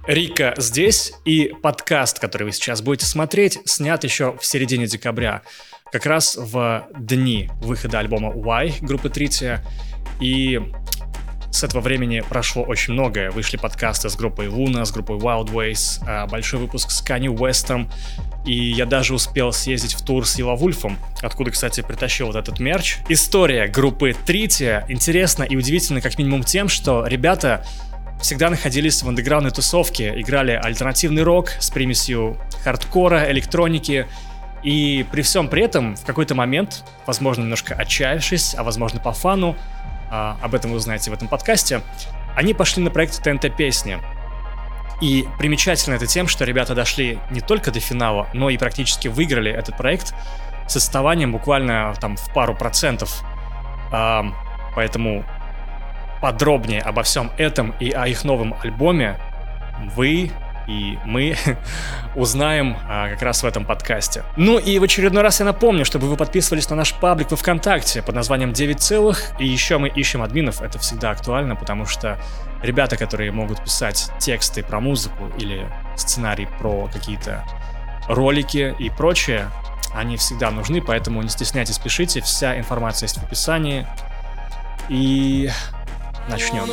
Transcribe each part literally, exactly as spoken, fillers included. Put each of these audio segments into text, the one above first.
Рика здесь, и подкаст, который вы сейчас будете смотреть, снят еще в середине декабря, как раз в дни выхода альбома Why группы Третья. И с этого времени прошло очень многое. Вышли подкасты с группой Luna, с группой Wild Ways, большой выпуск с Kanye West'ом. И я даже успел съездить в тур с Yellow Wolf'ом, откуда, кстати, притащил вот этот мерч. История группы Третья интересна и удивительна как минимум тем, что ребята всегда находились в андеграундной тусовке, играли альтернативный рок с примесью хардкора, электроники. И при всем при этом в какой-то момент, возможно, немножко отчаявшись, а возможно по фану, а, об этом вы узнаете в этом подкасте, они пошли на проект ТНТ Песни. И примечательно это тем, что ребята дошли не только до финала, но и практически выиграли этот проект с отставанием буквально там в пару процентов. А, поэтому подробнее обо всем этом и о их новом альбоме вы и мы узнаем а, как раз в этом подкасте. Ну и в очередной раз я напомню, чтобы вы подписывались на наш паблик во ВКонтакте под названием девять целых. И еще мы ищем админов, это всегда актуально, потому что ребята, которые могут писать тексты про музыку или сценарий про какие-то ролики и прочее, они всегда нужны, поэтому не стесняйтесь, пишите, вся информация есть в описании. И начнем.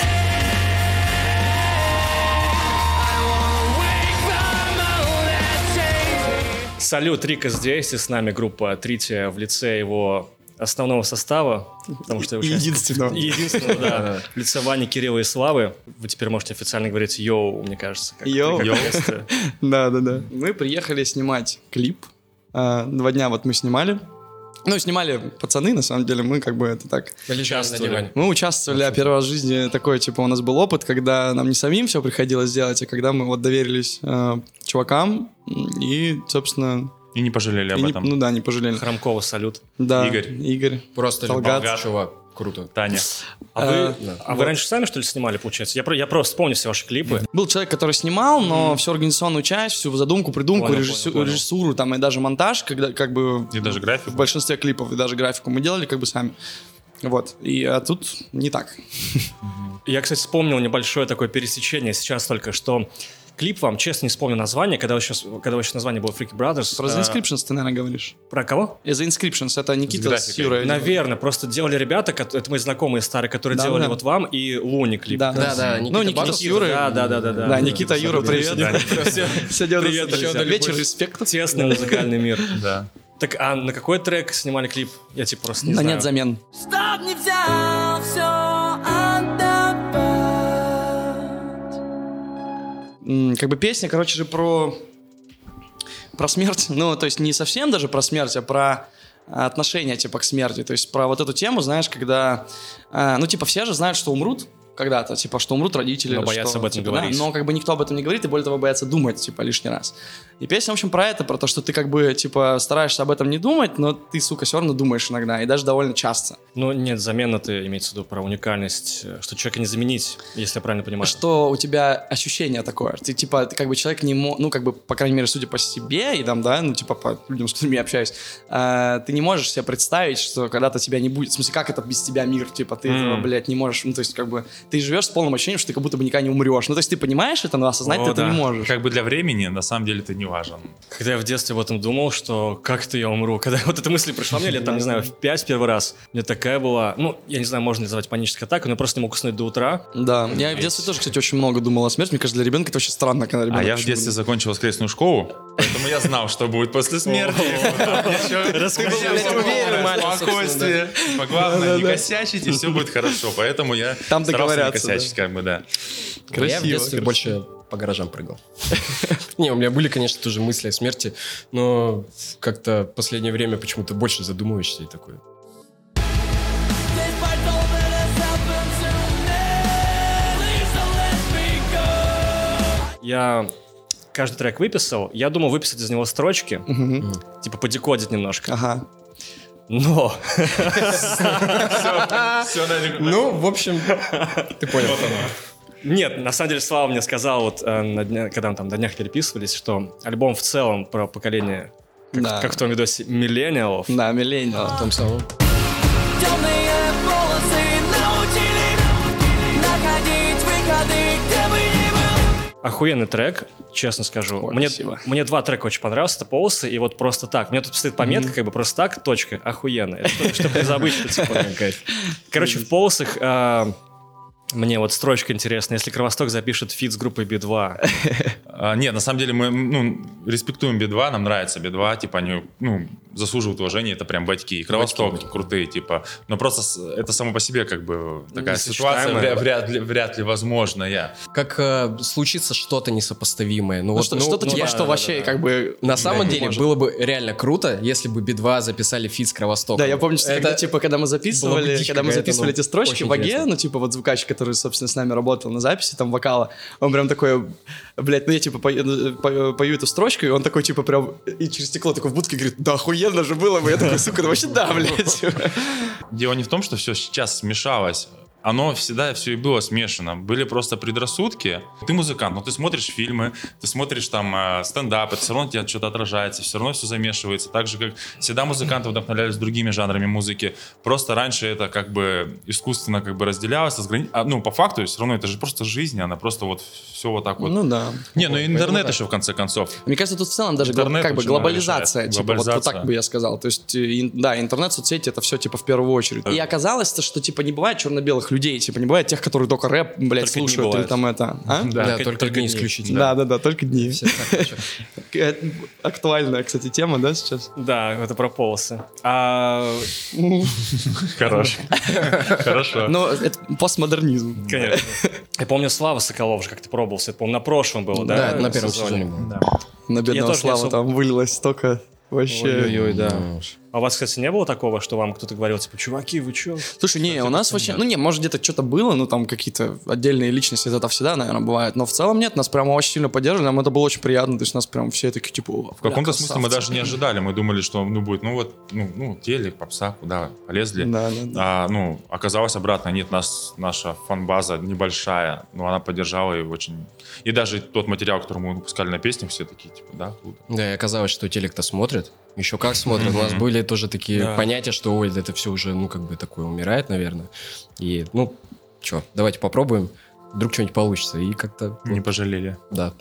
Салют, Рика здесь, и с нами группа Третья в лице его основного состава, потому что единственного. Единственного, да. В лице Вани, Кирилла и Славы. Вы теперь можете официально говорить йоу, мне кажется. Йоу. Да, да, да. Мы приехали снимать клип. Два дня вот мы снимали. Ну, снимали пацаны, на самом деле, мы как бы это так... Участвовали. Мы участвовали, а первый раз в жизни такой, типа, у нас был опыт, когда нам не самим все приходилось делать, а когда мы вот доверились э, чувакам и, собственно... И не пожалели об и этом. Не, ну да, не пожалели. Хромкова, салют. Да, Игорь. Игорь. Просто Талгат. чувак. Круто. Таня. А, вы, А, да. а вы раньше сами, что ли, снимали, получается? Я, я просто помню все ваши клипы. Был человек, который снимал, но mm. всю организационную часть, всю задумку, придумку, понял, режиссу, понял, понял. режиссуру, там, и даже монтаж, когда как бы... И даже графику. В большинстве клипов, и даже графику мы делали как бы сами. Вот. И а тут не так. Я, кстати, вспомнил небольшое такое пересечение сейчас только, что клип вам, честно, не вспомню название, когда еще, когда еще название было Freaky Brothers. Про The Inscriptions ты, наверное, говоришь. Про кого? The Inscriptions, это Никита с, с Юрой. Наверное, просто делали ребята, это мои знакомые старые, которые да, делали да. вот вам и Луни клип. Да, да, да. Никита ну, Никита с Юрой. Да, да, да, да. Да, да Никита, Юра, привет. Сегодня вечер, респект. Тесный музыкальный мир. Да. Так, а на какой трек снимали клип? Я типа просто не знаю. На нет замен. Чтоб не взял все отдавать. Как бы песня, короче же, про... Про смерть. Ну, то есть не совсем даже про смерть, а про отношение, типа, к смерти. То есть про вот эту тему, знаешь, когда... Ну, типа, все же знают, что умрут когда-то, типа, что умрут родители. Но боятся что, об этом типа, говорить. Да, но как бы никто об этом не говорит, и более того, боятся думать, типа, лишний раз. И песня, в общем, про это, про то, что ты как бы, типа, стараешься об этом не думать, но ты, сука, все равно думаешь иногда, и даже довольно часто. Ну, нет, замена ты имеется в виду про уникальность, что человека не заменить, если я правильно понимаю. Что у тебя ощущение такое, ты, типа, ты как бы человек не мог, ну, как бы, по крайней мере, судя по себе, и там, да, ну, типа, по людям, с которыми я общаюсь, э, ты не можешь себе представить, что когда-то тебя не будет, в смысле, как это без тебя мир, типа, ты mm. этого, блядь, не можешь, ну, то есть, как бы, ты живешь с полным ощущением, что ты как будто бы никогда не умрешь. Ну, то есть ты понимаешь это, но осознать О, ты да. это не можешь. Как бы для времени, на самом деле, ты не важен. Когда я в детстве об этом думал, что как-то я умру, когда вот эта мысль пришла мне лет, там, не знаю, в пять первый раз, мне такая была, ну, я не знаю, можно ли называть панической атакой, но я просто не мог уснуть до утра. Да, я в детстве тоже, кстати, очень много думал о смерти. Мне кажется, для ребенка это вообще странно, когда ребенок... А я в детстве закончил воскресную школу, поэтому я знал, что будет после смерти. Спокойствие. Главное, не косячить, и все будет хорошо. Поэтому я старался не косячить, как бы, да. Красиво, я в детстве красиво. больше по гаражам прыгал. Не, у меня были, конечно, тоже мысли о смерти, но как-то в последнее время почему-то больше задумываешься и такое. Я каждый трек выписал, я думал выписать из него строчки, типа подекодить немножко. Ага. Но... Ну, в общем, ты понял. Нет, на самом деле Слава мне сказал, вот, э, на дня, когда мы там на днях переписывались, что альбом в целом про поколение, как, да. как в том видосе, миллениалов. Да, миллениалов. В том самом. Темные волосы научили находить выходы, где бы ни был. охуенный трек, честно скажу. Ой, мне, мне два трека очень понравилось, это «Полосы» и вот «Просто так». У меня тут стоит пометка, mm-hmm. как бы «Просто так», точка, охуенно. Это чтобы, чтобы не забыть, что типа, кайф. Короче, в «Полосах» а, мне вот строчка интересная. Если Кровосток запишет фит с группой би два. А, нет, на самом деле мы ну, респектуем би два, нам нравится би два, типа они ну, заслуживают уважения, это прям батьки. И Кровосток батьки. Крутые, типа. Но просто это само по себе как бы такая ситуация вряд, вряд, ли, вряд ли возможная. Как э, случится что-то несопоставимое. Ну, ну, вот, что, ну, что-то ну, типа, да, что да, вообще да, как бы... На самом деле может. было бы реально круто, если бы би два записали фит с Кровостоком. Да, я помню, что это когда, типа, когда мы записывали, когда мы записывали ну, эти строчки в Аге, ну, типа, вот звукач, который, собственно, с нами работал на записи, там, вокала, он прям такой, блядь, ну, я, типа, пою, пою, пою эту строчку, и он такой, типа, прям, и через стекло такой в будке говорит, да, охуенно же было бы, я такой, сука, ну, вообще да, блядь. Дело не в том, что все сейчас смешалось. Оно всегда все и было смешано. Были просто предрассудки. Ты музыкант, но ты смотришь фильмы, ты смотришь там э, стендап, это все равно тебе что-то отражается, все равно все замешивается. Так же, как всегда музыканты вдохновлялись другими жанрами музыки. Просто раньше это как бы искусственно как бы разделялось. Разграни... А, ну, по факту, все равно это же просто жизнь, она просто вот все вот так вот. Ну да. Не, ну интернет еще в конце концов. Мне кажется, тут в целом даже интернет как бы глобализация, типа, глобализация. Вот, вот так бы я сказал. То есть, да, интернет, соцсети, это все, типа, в первую очередь. И оказалось, что, типа, не бывает черно-белых людей, типа, не бывает тех, которые только рэп, блядь, только слушают или там это. А? Да, да, только, только дни исключительно. Да, да, да, только дни. Актуальная, кстати, тема, да, сейчас? Да, это про полосы. Хорошо. Хорошо. Но это постмодернизм. Конечно. Я помню, Слава Соколов же как-то пробовался. Это, по-моему, на прошлом было, да? Да, на первом сезоне было. На бедного Славу там вылилось столько... Вообще. Ой-ой-ой, да. А у вас, кстати, не было такого, что вам кто-то говорил, типа, чуваки, вы чё? Слушай, не, у нас вообще, ну не, может где-то что-то было, ну там какие-то отдельные личности, это всегда, наверное, бывает, но в целом нет, нас прям очень сильно поддерживали, нам это было очень приятно, то есть нас прям все такие, типа, в каком-то смысле мы даже не ожидали, мы думали, что, ну, будет, ну, вот, ну, ну телек, попса, куда полезли, да, да, да. А, ну, оказалось обратно, нет, нас, наша фан-база небольшая, но она поддержала и очень, и даже тот материал, который мы выпускали на песнях, все такие, типа, да, круто. Да, и оказалось, что телек-то смотрит. Еще как смотрят. Mm-hmm. У нас были тоже такие да. понятия, что ой, это все уже, ну, как бы такое умирает, наверное. И, ну, что, давайте попробуем. Вдруг что-нибудь получится. И как-то... Не вот, пожалели. Да.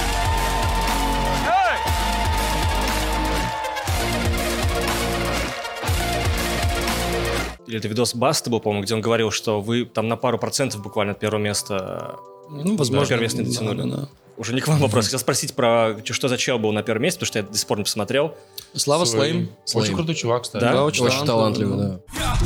Или это видос Баста был, по-моему, где он говорил, что вы там на пару процентов буквально от первого места... Ну, возможно, первое место не дотянули. Да, да. Уже не к вам вопрос. Хотел спросить про что за чел был на первом месте, потому что я до сих пор не посмотрел. Слава Слейм. Очень крутой чувак, кстати. Да, да очень, очень талантливый, да.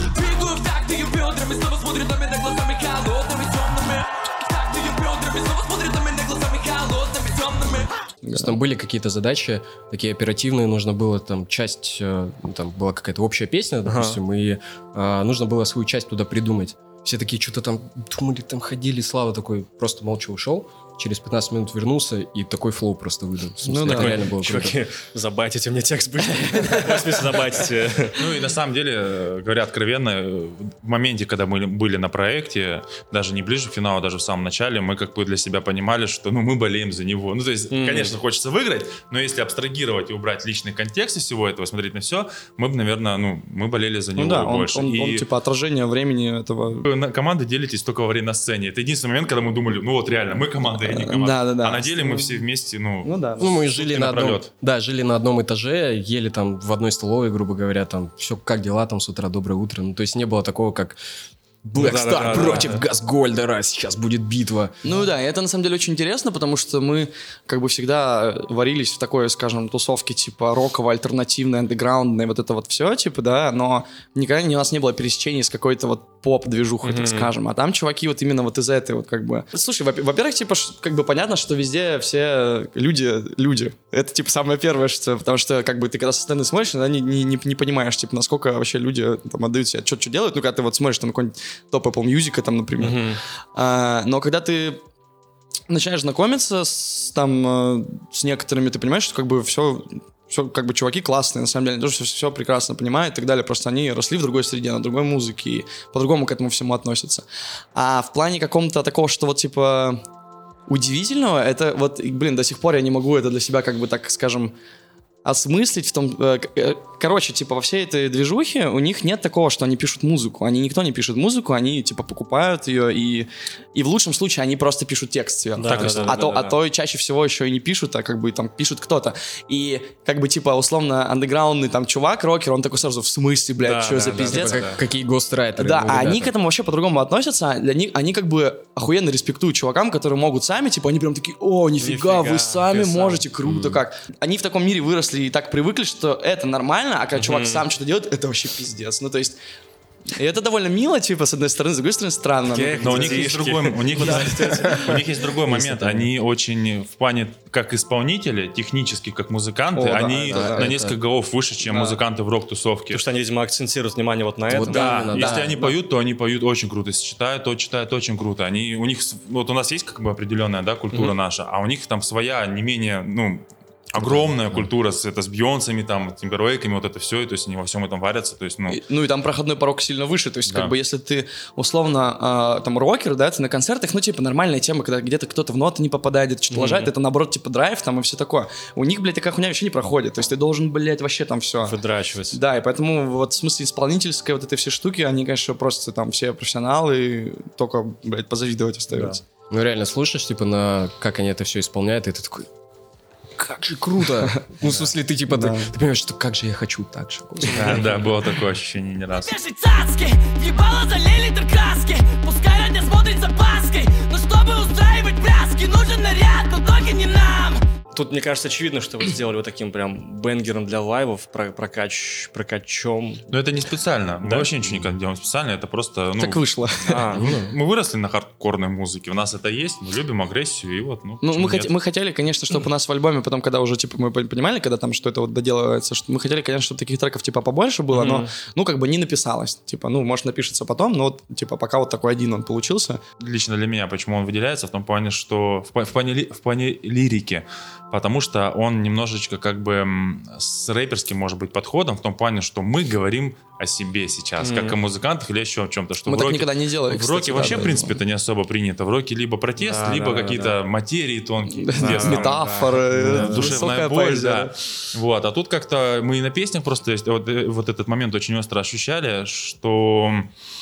То есть там были какие-то задачи такие оперативные, нужно было там часть, там была какая-то общая песня, допустим, ага. и а, нужно было свою часть туда придумать. Все такие что-то там думали, там ходили, Слава такой просто молча ушел. Через пятнадцать минут вернулся и такой флоу просто выдал. Ну да, реально было круто. Чуваки, забайтите мне текст быстро. В смысле, забайтите. Ну и на самом деле, говоря откровенно, в моменте, когда мы были на проекте, даже не ближе к финалу, даже в самом начале, мы как бы для себя понимали, что ну, мы болеем за него. Ну то есть, mm-hmm. конечно, хочется выиграть, но если абстрагировать и убрать личный контекст из всего этого, смотреть на все, мы бы, наверное, ну, мы болели за него ну, да, больше. Он, он, и он типа отражение времени этого... Команды делитесь только во время на сцене. Это единственный момент, когда мы думали, ну вот реально, мы команда, не команда. Да, да, да. А на деле мы все вместе, ну... Ну да. Ну мы жили на одном... Да, жили на одном этаже, ели там в одной столовой, грубо говоря, там все, как дела там с утра, доброе утро. Ну то есть не было такого, как... Black Star да, да, да, против да, да. Газгольдера, сейчас будет битва. Ну да, это на самом деле очень интересно, потому что мы как бы всегда варились в такой, скажем, тусовке типа роковой, альтернативной, андеграундной, вот это вот все, типа, да, но никогда у нас не было пересечений с какой-то вот поп-движухой, mm-hmm. так скажем, а там чуваки вот именно вот из этой вот как бы... Слушай, во- во-первых, типа, как бы понятно, что везде все люди, люди. Это типа самое первое, что... Потому что как бы ты когда со стороны смотришь, иногда не, не, не понимаешь, типа, насколько вообще люди там отдают себе отчет, что делают, ну, когда ты вот смотришь там какой-нибудь топ Apple Music, там, например. Mm-hmm. А, но когда ты начинаешь знакомиться с, там, с некоторыми, ты понимаешь, что как бы все, все как бы чуваки классные, на самом деле, тоже все, все прекрасно понимают и так далее. Просто они росли в другой среде, на другой музыке и по-другому к этому всему относятся. А в плане каком-то такого, что вот типа удивительного, это вот, блин, до сих пор я не могу это для себя как бы так, скажем, осмыслить в том... короче, типа, во всей этой движухе у них нет такого, что они пишут музыку. Они никто не пишет музыку, они, типа, покупают ее, и, и в лучшем случае они просто пишут текст сверху. Да, Так, да, то есть, да, а, да, то, да, а да. то чаще всего еще и не пишут, а как бы там пишет кто-то. И как бы, типа, условно, андеграундный там чувак, рокер, он такой сразу, в смысле, блядь, Да, что да, за да, пиздец? Типа, как- какие гострайтеры. Да, ну, а они ребята. к этому вообще по-другому относятся. Для них, они как бы охуенно респектуют чувакам, которые могут сами, типа, они прям такие, о, нифига, Нифига, вы сами ты сам». можете, круто как. Они в таком мире выросли и так привыкли, что это нормально, а когда чувак сам что-то делает, это вообще пиздец. Ну, то есть, и это довольно мило, типа, с одной стороны, с другой стороны, странно. Такие Ну, Но у них есть Детишки. другой, у них есть, у них есть другой момент. Они очень в плане как исполнители, технически как музыканты, О, да, они да, да, на это- несколько голов выше, чем Да. музыканты в рок-тусовке. Потому что они, видимо, акцентируют внимание вот на этом. Вот Да, именно, если да, они да. поют, то они поют очень круто. Если читают, то читают очень круто. Они, у них, с- вот у нас есть как бы определенная, да, культура наша, а у них там своя не менее, ну, огромная культура с, это, с Бейонсами, там, Тимберлейками, вот это все, и, то есть они во всем этом варятся, то есть, ну, И- Ну и там проходной порог сильно выше, то есть Да. как бы если ты условно э, там рокер, да, ты на концертах, ну типа нормальная тема, когда где-то кто-то в ноты не попадает, где-то что-то лажает, это наоборот типа драйв там и все такое. У них, блядь, такая хуйня вообще не проходит, то есть ты должен, блядь, вообще там все. Выдрачивать. Да, и поэтому вот в смысле исполнительской вот этой все штуки, они, конечно, просто там все профессионалы, только, блядь, позавидовать остается. Ну, реально слушаешь, типа, на как они это все исполняют, и ты такой, как же круто. Ну, в смысле, ты, типа, ты ты понимаешь, что как же я хочу так же. да, да, было такое ощущение не раз. Свежие цацки, въебало залей литр краски. Пускай радио смотрит с опаской, но чтобы устраивать пляски, нужен наряд, но только не нам. Тут, мне кажется, очевидно, что вы сделали вот таким прям бенгером для лайвов, про- прокач, прокачом. Но это не специально. Мы Да? вообще ничего никогда не делаем специально, это просто, ну, Так вышло. А, ну, мы выросли на хардкорной музыке, у нас это есть, мы любим агрессию, и вот, ну, Ну, почему мы, нет? хот- мы хотели, конечно, чтобы у нас в альбоме, потом, когда уже, типа, мы понимали, когда там, что это вот доделывается, что мы хотели, конечно, чтобы таких треков, типа, побольше было, но, ну, как бы не написалось. Типа, ну, может, напишется потом, но вот, типа, пока вот такой один он получился. Лично для меня, почему он выделяется, в том плане, что в, па- в плане, ли- в плане лирики, потому что он немножечко как бы м, с рэперским, может быть, подходом, в том плане, что мы говорим о себе сейчас, как о музыкантах или еще о чем-то. Что Мы в так роке- никогда не делали, В кстати, роке да, вообще, да, в принципе, это не особо принято. В роке либо протест, Да, либо да, какие-то материи тонкие. пиздец, там, Метафоры, да, э, душевная высокая боль, поэзия. да. Вот, а тут как-то мы и на песнях просто есть, вот, э, вот этот момент очень остро ощущали, что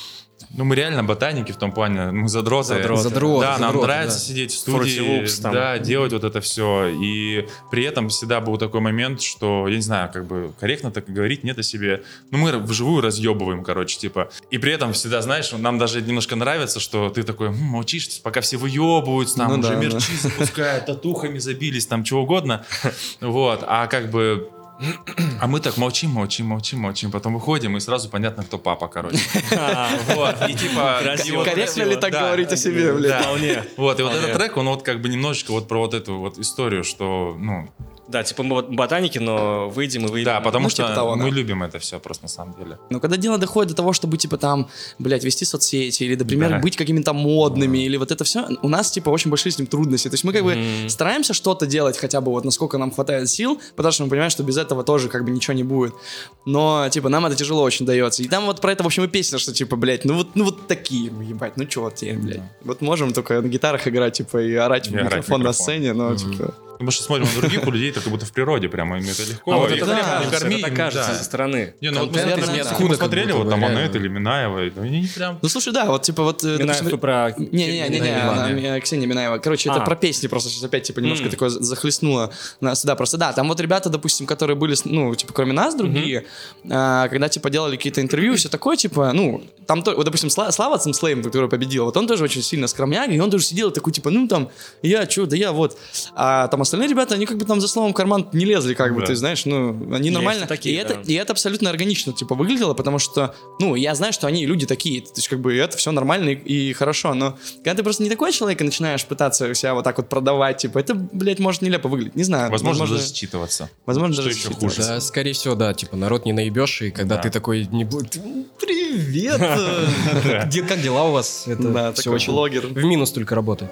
ну, мы реально ботаники в том плане, мы задроты. Задроты. Задроты, Да, нам задроты, нравится да. сидеть в Fruity студии, Loops там. да, делать вот это все. И при этом всегда был такой момент, что, я не знаю, как бы корректно так говорить, нет о себе. Ну, мы вживую разъебываем, короче, типа. И при этом всегда, знаешь, нам даже немножко нравится, что ты такой, «М, молчишь, пока все выебываются, там Ну уже да, да. мерчи запускают, татухами забились, там чего угодно. Вот, а как бы... А мы так молчим, молчим, молчим, молчим. Потом выходим, и сразу понятно, кто папа, короче. Вот, и типа... Красиво, и вот- Корректно ли так да. говорить о себе, блядь? Да. вполне. Вот, и вот Вполне. этот трек, он вот как бы немножечко вот про вот эту вот историю, что, ну... Да, типа мы вот ботаники, но выйдем и выйдем. Да, потому Ну, что типа того, мы да. любим это все просто на самом деле. Но когда дело доходит до того, чтобы, типа, там, блядь, вести соцсети, или, например, Да. быть какими-то модными, или вот это все, у нас, типа, очень большие с ним трудности. То есть мы, как бы, стараемся что-то делать, хотя бы вот насколько нам хватает сил, потому что мы понимаем, что без этого тоже, как бы, ничего не будет. Но, типа, нам это тяжело очень дается. И там вот про это, в общем, и песня, что, типа, блядь, ну вот, ну вот такие, ебать, ну чё вот тебе, блядь. Вот можем только на гитарах играть, типа, и орать И в орать в микрофон на микрофон. сцене, но, типа... Потому что смотрим на других у людей, это как будто в природе прямо, им это легко. А вот И это да, так кажется, корми это так им, кажется да. со стороны. Не, ну вот мы Контент смотрели, из мы ниоткуда мы смотрели как вот будто там бы, Анет реально. или Минаева, и они прям... Ну, слушай, да, вот, типа, вот... э, Минаев, допустим, вы про... Не-не-не, Минаева, она, не. э, Ксения Минаева. Короче, это А. про песни просто сейчас опять, типа, немножко М. такое захлестнуло нас сюда. Просто, да, там вот ребята, допустим, которые были, с- ну, типа, кроме нас, другие, а, когда, типа, делали какие-то интервью, все такое, типа, ну, там, то, вот, допустим, Сла- Слава Цимслейм, который победил, вот он тоже очень сильно скромняга, и он тоже сидел такой, типа, ну, там, я, чё, да я вот. А там остальные ребята, они как бы там за словом в карман не лезли, как бы, Да. ты знаешь, ну, они нормально. такие, и, да. это, и это абсолютно органично, типа, выглядело, потому что, ну, я знаю, что они люди такие, то есть, как бы, это все нормально и, и хорошо, но когда ты просто не такой человек и начинаешь пытаться себя вот так вот продавать, типа, это, блядь, может нелепо выглядеть, не знаю. Возможно, даже считываться. возможно, Что даже еще считываться. хуже? Да, скорее всего, да, типа народ не наебешь, и когда Да. ты такой не бл- ты, привет, э, где- как дела у вас? Это Да, все такой очень блогер. в минус только работает.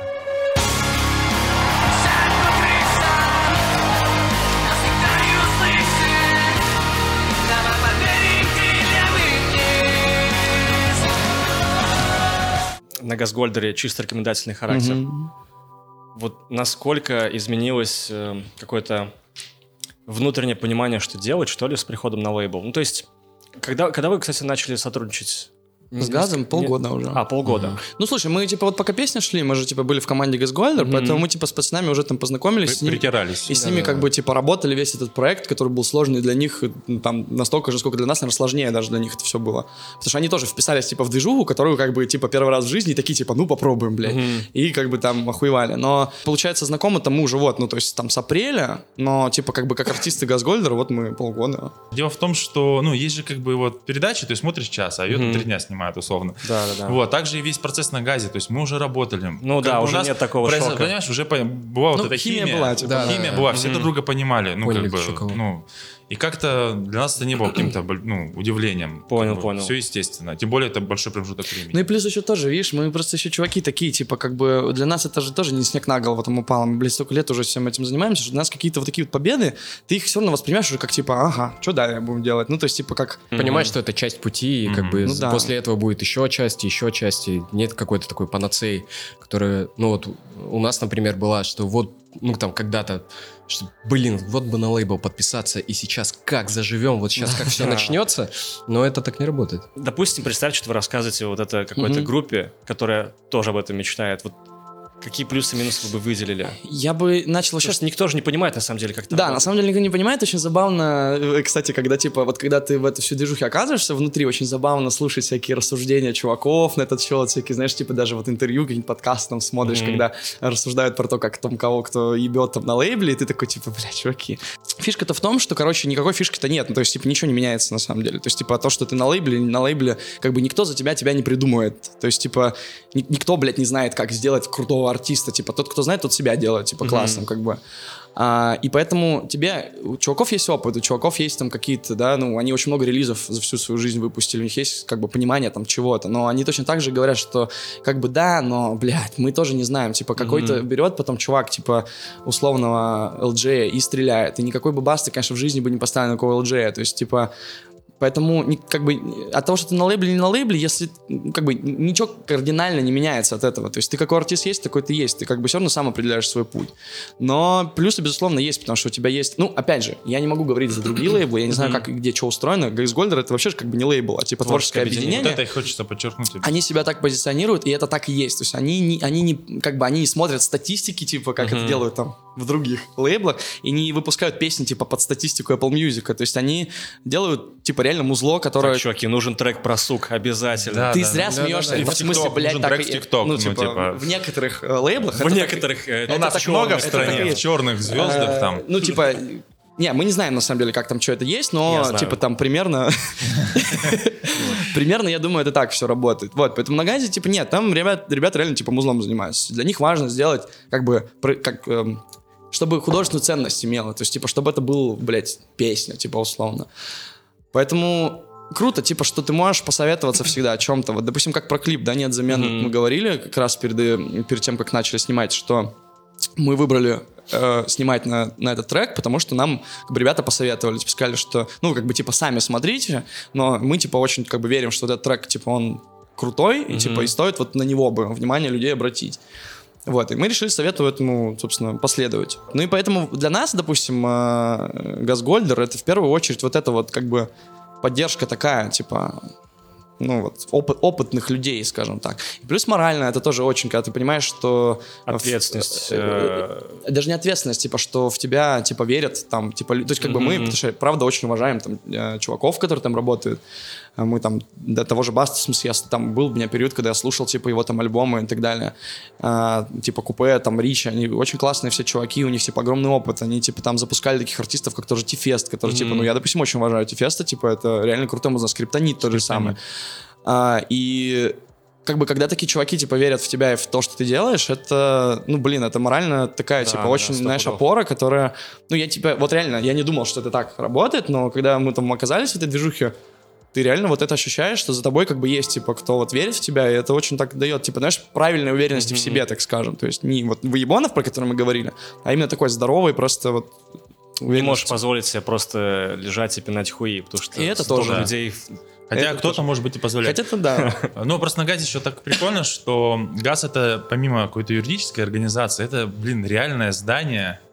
На Газгольдере чисто рекомендательный характер. Мгм. Вот насколько изменилось э, какое-то внутреннее понимание, что делать, что ли, с приходом на лейбл? Ну, то есть, когда, когда вы, кстати, начали сотрудничать? С Газом полгода уже. А, полгода. Mm-hmm. Ну, слушай, мы, типа, вот пока песня шли, мы же, типа, были в команде Газгольдер, mm-hmm. поэтому мы, типа, с пацанами уже там познакомились. При- с ними, притирались. И с да, ними, да, как да. бы, типа, работали весь этот проект, который был сложный для них, там, настолько же, сколько для нас, наверное, сложнее даже для них это все было. Потому что они тоже вписались, типа, в движуху, которую, как бы, типа, первый раз в жизни, такие, типа, ну, попробуем, блядь. Mm-hmm. И, как бы, там, охуевали. Но, получается, знакомы-то мы уже, вот, ну, то есть, там, с апреля, но, типа, как бы, как артисты Газгольдера, вот мы полгода. Дело в том, что, ну, есть же, как бы, вот, передачи, ты смотришь час, а ее mm-hmm. три дня снимают, условно. Да, да, да. Вот, также и весь процесс на Газе, то есть мы уже работали. Ну как да, бы уже нет такого произ... шока. Понимаешь, уже по... бывала ну, вот эта химия. химия. была, типа. Да, химия да, была, да. все Mm-hmm. друг друга понимали. Ну, Поняли, как бы, что кого. ну, и как-то для нас это не было каким-то, ну, удивлением. Понял, как бы, понял. Все естественно. Тем более это большой промежуток времени. Ну и плюс еще тоже, видишь, мы просто еще чуваки такие, типа, как бы, для нас это же тоже не снег на голову там упал. Мы, блядь, столько лет уже всем этим занимаемся, что для нас какие-то вот такие вот победы, ты их все равно воспринимаешь уже как, типа, ага, что далее будем делать? Ну, то есть, типа, как... Понимаешь, что это часть пути, и как Mm-hmm. бы Ну да. после этого будет еще части, еще части. Нет какой-то такой панацеи, которая, ну вот у нас, например, была, что вот, ну там когда-то, что, блин, вот бы на лейбл подписаться, и сейчас как заживем, вот сейчас как все начнется, но это так не работает. Допустим, представьте, что вы рассказываете вот это какой-то Мгм. группе, которая тоже об этом мечтает. Вот какие плюсы и минусы вы бы выделили? Я бы начал Потому сейчас... что никто же не понимает, на самом деле, как это Да, работает. на самом деле никто не понимает, очень забавно, э, кстати, когда, типа, вот когда ты в этой всю движухе оказываешься внутри, очень забавно слушать всякие рассуждения чуваков на этот счет, всякие, знаешь, типа, даже вот интервью, какие-нибудь подкасты там смотришь, Мгм. когда рассуждают про то, как там кого кто ебет там на лейбле, и ты такой, типа, бля, чуваки. Фишка-то в том, что, короче, никакой фишки-то нет, ну, то есть, типа, ничего не меняется на самом деле, то есть, типа, то, что ты на лейбле, на лейбле, как бы никто за тебя тебя не придумает, то есть, типа, ни- никто, блядь, не знает, как сделать крутого артиста, типа, тот, кто знает, тот себя делает, типа, классным, как бы. А, и поэтому тебе, у чуваков есть опыт, у чуваков есть там какие-то, да, ну, они очень много релизов за всю свою жизнь выпустили, у них есть как бы понимание там чего-то, но они точно так же говорят, что как бы да, но, блядь, мы тоже не знаем, типа, какой-то Mm-hmm. берет потом чувак, типа, условного эл джей и стреляет, и никакой бы бас ты, конечно, в жизни бы не поставил никакого эл джей, то есть, типа, поэтому, ни- как бы, от того, что ты на лейбле, не на лейбле, если, ну, как бы, ничего кардинально не меняется от этого. То есть ты какой артист есть, такой ты есть. Ты, как бы, все равно сам определяешь свой путь. Но плюсы, безусловно, есть, потому что у тебя есть... Ну, опять же, я не могу говорить за другие лейблы, я не знаю, как и где что устроено. Газгольдер — это вообще же как бы не лейбл, а типа творческое объединение. Вот это и хочется подчеркнуть. Они себя так позиционируют, и это так и есть. То есть они не, они не, как бы, они не смотрят статистики, типа, как это делают там в других лейблах, и не выпускают песни, типа, под статистику Apple Music. То есть они делают, типа, реально музло, которое... Так, чуваки, нужен трек про сук, обязательно. Да, Ты да, зря да, смеешься. да, да. И Ну, в в смысле, TikTok, блядь, нужен так трек и- в TikTok, ну, ну, типа, типа. в некоторых э, лейблах... В это так и- некоторых... э, У это нас так много в черных стране, так и в есть. черных звездах Э, там. Ну, типа... Не, мы не знаем, на самом деле, как там что это есть, Я но, знаю. типа, там примерно... Примерно, я думаю, это так все работает. Вот, поэтому на Газе, типа, нет, там ребят, ребята реально, типа, музлом занимаются. Для них важно сделать, как бы, про- как... эм, чтобы художественную ценность имела. То есть, типа, чтобы это был, блядь, песня, типа, условно. Поэтому круто, типа, что ты можешь посоветоваться всегда о чем-то. Вот, допустим, как про клип, да, «Нет замен», Мгм. мы говорили как раз перед, э, перед тем, как начали снимать, что мы выбрали э, снимать на, на этот трек, потому что нам, как бы, ребята посоветовали, типа, сказали, что, ну, как бы, типа, сами смотрите, но мы, типа, очень, как бы, верим, что этот трек, типа, он крутой, и, типа, и стоит вот на него бы внимание людей обратить. Вот, и мы решили совету этому, собственно, последовать. Ну и поэтому для нас, допустим, э, Газгольдер — это в первую очередь вот эта вот, как бы, поддержка такая, типа, ну вот, опыт, опытных людей, скажем так. И плюс морально это тоже очень, когда ты понимаешь, что... Ответственность. э, э, Даже не ответственность, типа, что в тебя, типа, верят, там, типа, лю- то есть, как бы мы, Мгм. потому что, правда, очень уважаем, там, э, чуваков, которые там работают. А Мы там, до того же Баста, в смысле, я с- там был у меня период, когда я слушал, типа, его там альбомы и так далее. А, типа, Купе, там, Рич, они очень классные все чуваки, у них, типа, огромный опыт. Они, типа, там запускали таких артистов, как тоже Ти-Фест, который, типа, ну, я, допустим, очень уважаю Ти-Феста, типа, это реально крутой музыка, Скриптонит тот же самый. А, и как бы, когда такие чуваки, типа, верят в тебя и в то, что ты делаешь, это, ну, блин, это морально такая, Да, типа, да, очень, сто знаешь, пудов. опора, которая, ну, я, типа, вот реально, я не думал, что это так работает, но когда мы там оказались в этой движухе, ты реально вот это ощущаешь, что за тобой как бы есть, типа, кто вот верит в тебя, и это очень так дает, типа, знаешь, правильной уверенности в себе, так скажем. То есть не вот выебонов, про которые мы говорили, а именно такой здоровый, просто вот Не уверенность. можешь позволить себе просто лежать и пинать хуи, потому что И это столько тоже. людей... Хотя это кто-то, тоже. может быть, и позволяет. Хотя-то да. Ну, просто на ГАЗе еще так прикольно, что ГАЗ — это, помимо какой-то юридической организации, это, блин, реальное здание,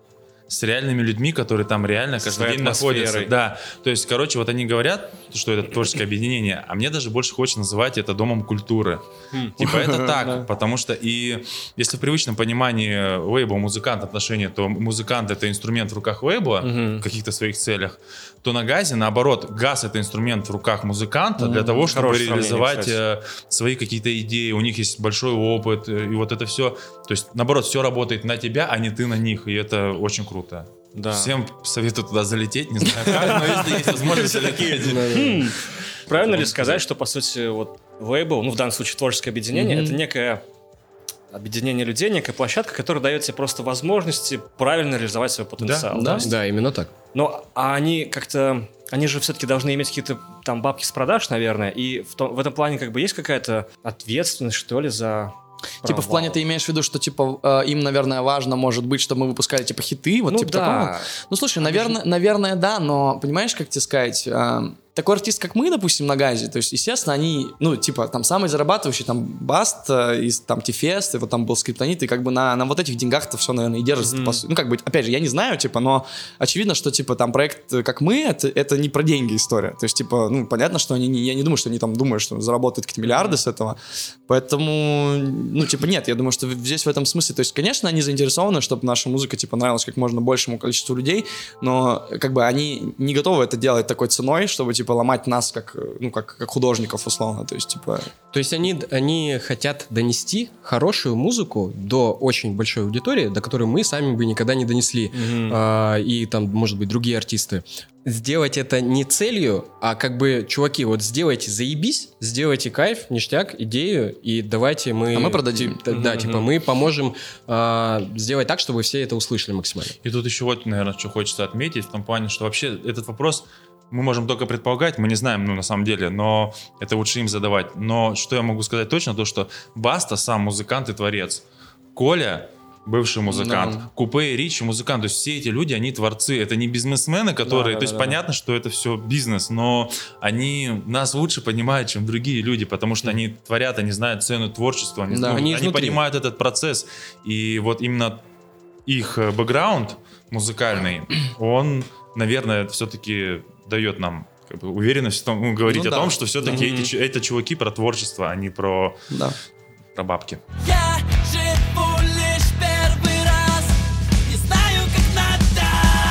с реальными людьми, которые там реально каждый Своей день находятся. атмосферой. Да, то есть, короче, вот они говорят, что это творческое объединение, а мне даже больше хочется называть это домом культуры. Типа это так, потому что и если в привычном понимании лейбл, музыкант отношения, то музыкант — это инструмент в руках лейбла в каких-то своих целях, то на газе, наоборот, газ — это инструмент в руках музыканта для того, чтобы Хорошее реализовать сравнение, э, свои какие-то идеи, у них есть большой опыт, э, и вот это все, то есть, наоборот, все работает на тебя, а не ты на них, и это очень круто. Да. Всем советую туда залететь, не знаю как, но если есть возможность, залететь. Правильно ли сказать, что, по сути, вот лейбл, ну, в данном случае творческое объединение, это некое объединение людей, некая площадка, которая дает тебе просто возможности правильно реализовать свой потенциал. Да, То есть- Да, именно так. Но а они как-то... Они же все-таки должны иметь какие-то там бабки с продаж, наверное, и в, том, в этом плане как бы есть какая-то ответственность, что ли, за... Типа в плане ты имеешь в виду, что типа э, им, наверное, важно, может быть, чтобы мы выпускали типа хиты, вот Ну типа да. такого? Ну слушай, наверное, наверное, да, но понимаешь, как тебе сказать, э, такой артист, как мы, допустим, на газе, то есть, естественно, они, ну, типа, там, самый зарабатывающий, там, Баст, э, и, там, Тифест, и вот там был Скриптонит, и как бы на, на вот этих деньгах-то все, наверное, и держится. по сути. Ну, как бы, опять же, я не знаю, типа, но очевидно, что, типа, там, проект, э, как мы, это, это не про деньги история. То есть, типа, ну, понятно, что они, не, я не думаю, что они там думают, что заработают какие-то миллиарды с этого, поэтому, ну, типа, нет, я думаю, что здесь в этом смысле, то есть, конечно, они заинтересованы, чтобы наша музыка, типа, нравилась как можно большему количеству людей, но, как бы, они не готовы это делать такой ценой, чтобы, типа, ломать нас как, ну, как, как художников, условно, то есть, типа... То есть они, они хотят донести хорошую музыку до очень большой аудитории, до которой мы сами бы никогда не донесли. А, и там, может быть, другие артисты. Сделать это не целью, а как бы, чуваки, вот сделайте заебись, сделайте кайф, ништяк, идею, и давайте мы... А мы продадим. Да, да, типа мы поможем а, сделать так, чтобы все это услышали максимально. И тут еще вот, наверное, что хочется отметить, в том плане, что вообще этот вопрос мы можем только предполагать, мы не знаем, ну, на самом деле, но это лучше им задавать. Но что я могу сказать точно, то, что Баста сам музыкант и творец. Коля бывший музыкант, Да. Купе и Ричи музыкант, то есть все эти люди, они творцы, это не бизнесмены, которые, Да, то есть да, да. понятно, что это все бизнес, но они нас лучше понимают, чем другие люди, потому что они творят, они знают цену творчества, они, Да. ну, Они они изнутри. понимают этот процесс, и вот именно их э, бэкграунд музыкальный, он, наверное, все-таки дает нам как бы уверенность в том, ну, говорить Ну о да. том, что все-таки эти, чу- это чуваки про творчество, а не про, Да. про бабки. Я живу лишь первый раз, не знаю, как надо.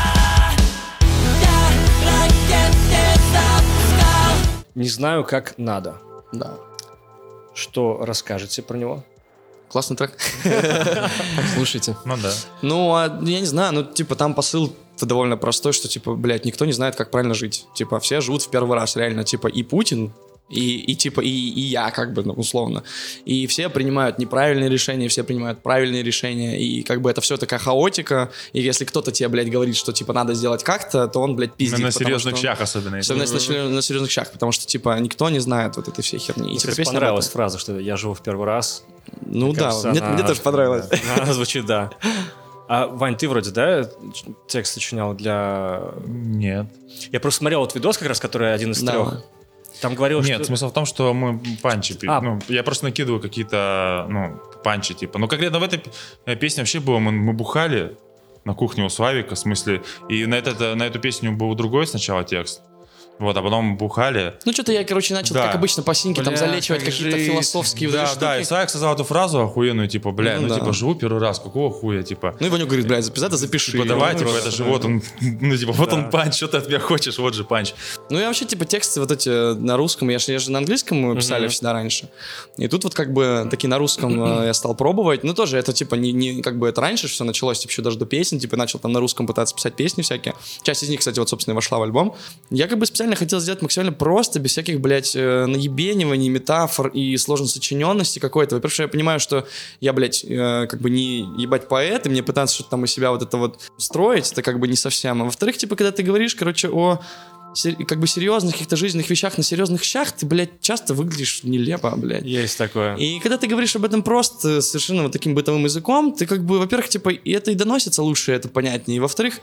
Я ракет не запускал. Не знаю, как надо. Да. Что расскажете про него? Классный трек. Слушайте. Ну да. Ну, а, я не знаю, ну, типа, там посыл-то довольно простой, что, типа, блядь, никто не знает, как правильно жить. Типа, все живут в первый раз, реально. Типа, и Путин, и, и типа, и, и я, как бы, ну, условно. И все принимают неправильные решения, все принимают правильные решения, и, как бы, это все такая хаотика, и если кто-то тебе, блядь, говорит, что, типа, надо сделать как-то, то он, блядь, пиздит. на потому серьезных что он- щах особенно. если- Особенно если на, на серьезных щах, потому что, типа, никто не знает вот этой всей херни. И, Мне, типа, кстати, песня об понравилась этом. фраза, что я живу в первый раз. Ну Мне да, кажется, мне, она- мне тоже понравилось. Да, она звучит, да. А, Вань, ты вроде, да, текст сочинял для... Нет. Я просто смотрел вот видос, как раз, который один из Да. трех. Там говорил, Нет, что... смысл в том, что мы панчи, пи- А. ну, я просто накидываю какие-то, ну, панчи, типа. Ну, конкретно в этой п- песне вообще было, мы, мы бухали на кухне у Славика, в смысле, и на, этот, на эту песню был другой сначала текст, вот, а потом бухали. Ну, что-то я, короче, начал, Да. как обычно, по синьке там Бля, залечивать как какие-то жизнь. философские вот Да, эти да, штуки. и Славик сказал эту фразу охуенную, типа, бля, Ну ну, да. типа, живу первый раз, какого хуя, типа. Ну, и Ванюк говорит, блядь, записать, запиши. Типа, давай, Ну, типа, это же вот он, ну, типа, вот Да. он панч, что ты от меня хочешь, вот же панч. Ну, и вообще, типа, тексты вот эти э, на русском, я же, я же на английском мы писали всегда раньше. И тут вот как бы такие на русском э, я стал пробовать. Ну, тоже это, типа, не, не как бы это раньше все началось, типа, еще даже до песен, типа, начал там на русском пытаться писать песни всякие. Часть из них, кстати, вот, собственно, и вошла в альбом. Я как бы специально хотел сделать максимально просто, без всяких, блядь, э, наебениваний, метафор и сложной сочиненности какой-то. Во-первых, я понимаю, что я, блядь, э, как бы не ебать поэт, и мне пытаться что-то там из себя вот это вот строить, это как бы не совсем. А во-вторых, типа, когда ты говоришь, короче, о се- как бы серьезных каких-то жизненных вещах на серьезных щах, ты, блядь, часто выглядишь нелепо, блядь. Есть такое. И когда ты говоришь об этом просто, совершенно вот таким бытовым языком, ты как бы, во-первых, типа, и это и доносится лучше, это понятнее. И во-вторых,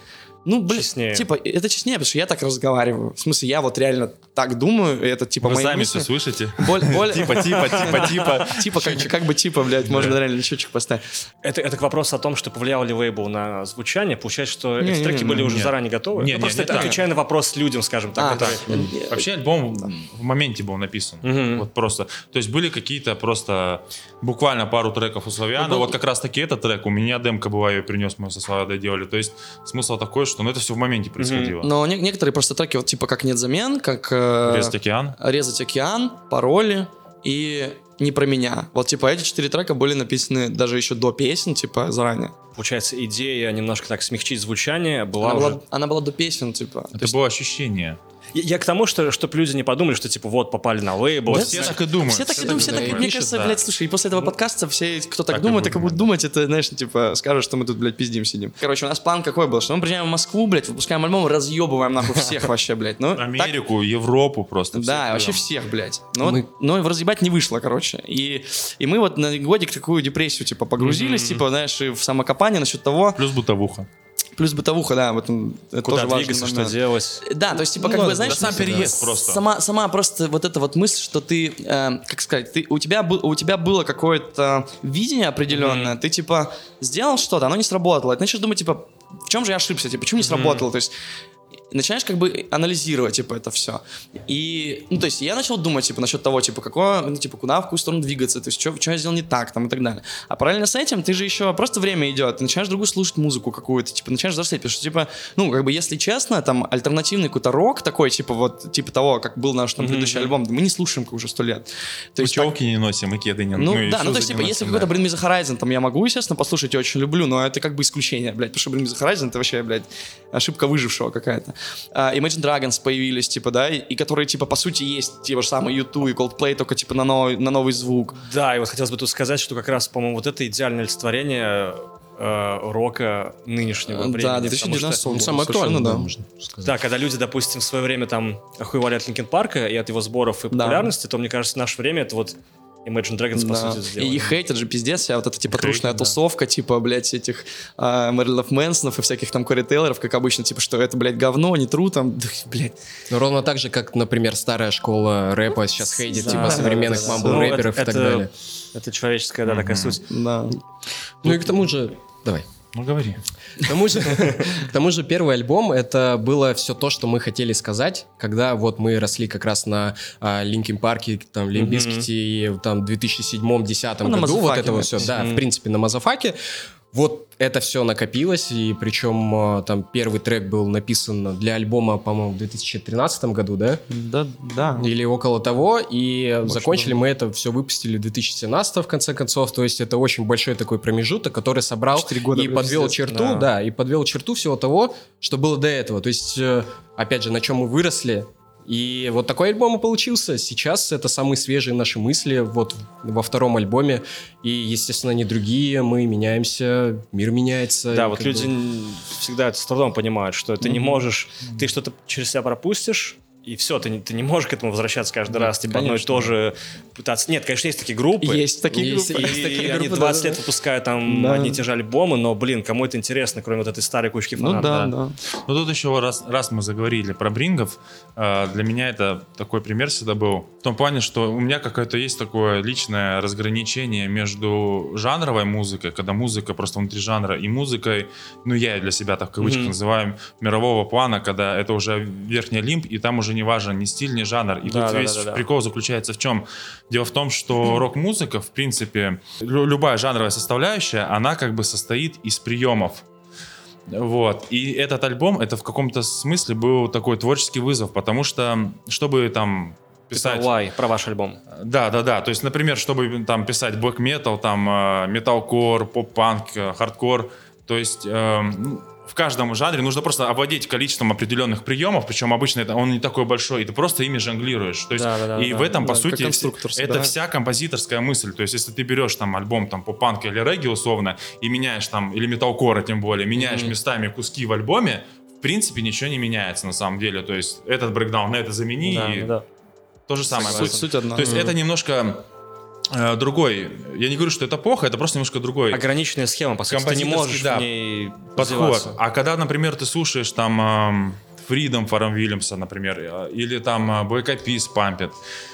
Ну, блин, Честнее. типа, это честнее, потому что я так разговариваю. В смысле, я вот реально так думаю, и это типа Вы мои сами мысли. все слышите? Боль- боль- Типа, типа, типа, типа. Типа, как, как бы типа, блядь, можно реально счетчик поставить. Это, это к вопросу о том, что повлиял ли лейбл на звучание. Получается, что Не, эти не, треки не, были уже не. заранее готовы. Не, Ну, не, просто не это так. отвечая на вопрос людям, скажем так. А, да. которые- Вообще альбом в моменте был написан. Мгм. Вот просто. То есть были какие-то просто буквально пару треков у Славяна. Ну, был- Вот как раз таки этот трек. У меня демка была, я ее принес, мы со Славой делали. То есть смысл такой, что ну, это все в моменте происходило. Но не- некоторые просто треки, вот типа как «Нет замен», как э, Резать океан. «Резать океан», «Пароли» и «Не про меня». Вот типа эти четыре трека были написаны даже еще до песен, типа заранее. Получается, идея немножко так смягчить звучание была Она уже... была, она была до песен, типа. То Это есть- было ощущение. Я, я к тому, что чтобы люди не подумали, что типа вот попали на лейбл. Да, вот все все- так и думают. Все так и Все думают, так все и так, думают. мне Пишут, кажется, да. блядь, слушай, и после этого подкаста все, кто так, Так и думает, так и будем, будут да. думать, это, знаешь, типа, скажут, что мы тут, блядь, пиздим сидим. Короче, у нас план какой был, что мы приезжаем в Москву, блядь, выпускаем альбом, разъебываем нахуй всех вообще, блядь. Ну, так- Америку, Европу просто. Да, всех вообще прям. всех, блядь. Но, Мы- вот- но в разъебать не вышло, короче. И, и мы вот на годик такую депрессию, типа, погрузились, типа, знаешь, и в самокопание насчет того. Плюс бутовуха. Плюс бытовуха, да, вот м, это Куда тоже важный двигаться, что момент. делать. Да, то есть, типа, Ну как ладно, бы, знаешь, да сам переезд просто. Сама, сама просто вот эта вот мысль, что ты, э, как сказать, ты, у, тебя, был- у тебя было какое-то видение определенное, ты, типа, сделал что-то, оно не сработало. И ты начинаешь думать, типа, в чем же я ошибся, типа, почему не сработало? То есть, начинаешь как бы анализировать, типа, это все. И, ну, то есть, я начал думать, типа, насчет того, типа, какое, ну, типа, куда, в какую сторону двигаться, то есть, что, что я сделал не так, там, и так далее. А параллельно с этим ты же еще просто время идет, ты начинаешь другую слушать музыку какую-то, типа, начинаешь взрослеть, потому что, типа, ну, как бы, если честно, там, альтернативный какой-то рок такой, типа, вот, типа того, как был наш, там, предыдущий альбом, мы не слушаем уже сто лет. То Мы есть, так- челки не носим, и кеды не ну, и да, ну то шузы есть, не типа, если носим, какой-то да. Bring Me The Horizon, там я могу, естественно, послушать, я очень люблю, но это как бы исключение, блядь, потому что Bring Me The Horizon это вообще, блядь, ошибка выжившего какая-то. А, Imagine Dragons появились, типа, да, и, и которые, типа, по сути, есть те же самые ю ту и Coldplay, только, типа, на новый, на новый звук. Да, и вот хотелось бы тут сказать, что как раз, по-моему, вот это идеальное олицетворение э, рока нынешнего времени. Да, потому что- две тысячи девятнадцатого Ну, года. самое Совершенно, актуальное, да, да. можно сказать. Да, когда люди, допустим, в свое время там охуевали от Линкин Парка и от его сборов и Да. популярности, то, мне кажется, в наше время это вот Imagine Dragons, по Да. сути, И, сделали. и хейтят же пиздец, вся вот эта типа Хейтят, трушная да. тусовка, типа, блядь, этих э, Мэрилинов Мэнсонов и всяких там Кори Тейлоров, как обычно, типа, что это, блядь, говно, не тру, там, да, блядь. Ну, ровно так же, как, например, старая школа рэпа сейчас хейтит, Да, типа, да, современных да, да. мамбл-рэперов Ну, и так это- далее. Это человеческая, да, такая суть. Да. Ну и к тому же... Давай. Ну, говори. К тому же, к тому же первый альбом это было все то, что мы хотели сказать, когда вот мы росли как раз на а, Линкин Парке, там, Лимп Бизките и там две тысячи седьмом-десятом Ну, на году вот Мазафаке этого мы все, писали. да, в принципе, на Мазафаке. Вот это все накопилось, и причем а, там первый трек был написан для альбома, по-моему, в две тысячи тринадцатом году, да? Да, да. Или около того, и закончили мы это, все выпустили в две тысячи семнадцатом в конце концов, то есть это очень большой такой промежуток, который собрал Четыре года, и блин, подвел пиздец. черту, Да. да. и подвел черту всего того, что было до этого, то есть, э, опять же, на чем мы выросли, и вот такой альбом и получился. Сейчас это самые свежие наши мысли вот во втором альбоме, и, естественно, не другие, мы меняемся, мир меняется. Да, и вот как люди бы- н- всегда это с трудом понимают, что ты не можешь, ты что-то через себя пропустишь, и все, ты не, ты не можешь к этому возвращаться каждый раз, типа одно и конечно. то же пытаться. Нет, конечно, есть такие группы. Есть такие Есть, группы. И есть такие они группы, двадцать да, лет да. выпускают там Да. одни и те же альбомы, но, блин, кому это интересно, кроме вот этой старой кучки Ну фанатов. да, да. Ну тут еще раз, раз мы заговорили про брингов, э, для меня это такой пример всегда был. В том плане, что у меня какое-то есть такое личное разграничение между жанровой музыкой, когда музыка просто внутри жанра, и музыкой, ну я для себя так в кавычках Мгм. называем, мирового плана, когда это уже верхний олимп, и там уже не важен ни стиль, ни жанр. И Да, тут да, весь да, да, да. прикол заключается в чем? Дело в том, что рок-музыка, в принципе, лю- любая жанровая составляющая, она как бы состоит из приемов. Вот. И этот альбом, это в каком-то смысле был такой творческий вызов, потому что, чтобы там писать... Why, про ваш альбом. Да, да, да. То есть, например, чтобы там писать black metal, там э, металкор, поп-панк, э, хардкор, то есть э, ну, в каждом жанре нужно просто овладеть количеством определенных приемов, причем обычно это, он не такой большой, и ты просто ими жонглируешь. То есть, Да, да, да, и да. в этом, по Да, как сути, конструктор, это да. вся композиторская мысль. То есть, если ты берешь там альбом там поп-панка или регги условно, и меняешь там, или металкора тем более, меняешь местами куски в альбоме, в принципе, ничего не меняется на самом деле. То есть, этот брейкдаун на это замени, Да, и да. то же самое. Суть, суть одна. То есть, это немножко э, другой. Я не говорю, что это плохо, это просто немножко другой. Ограниченная схема, по сути, ты не можешь да, в ней подход. развиваться. А когда, например, ты слушаешь там э, Freedom Фаррелла Уильямса, например, э, или там э, Black Eyed Peas пампит,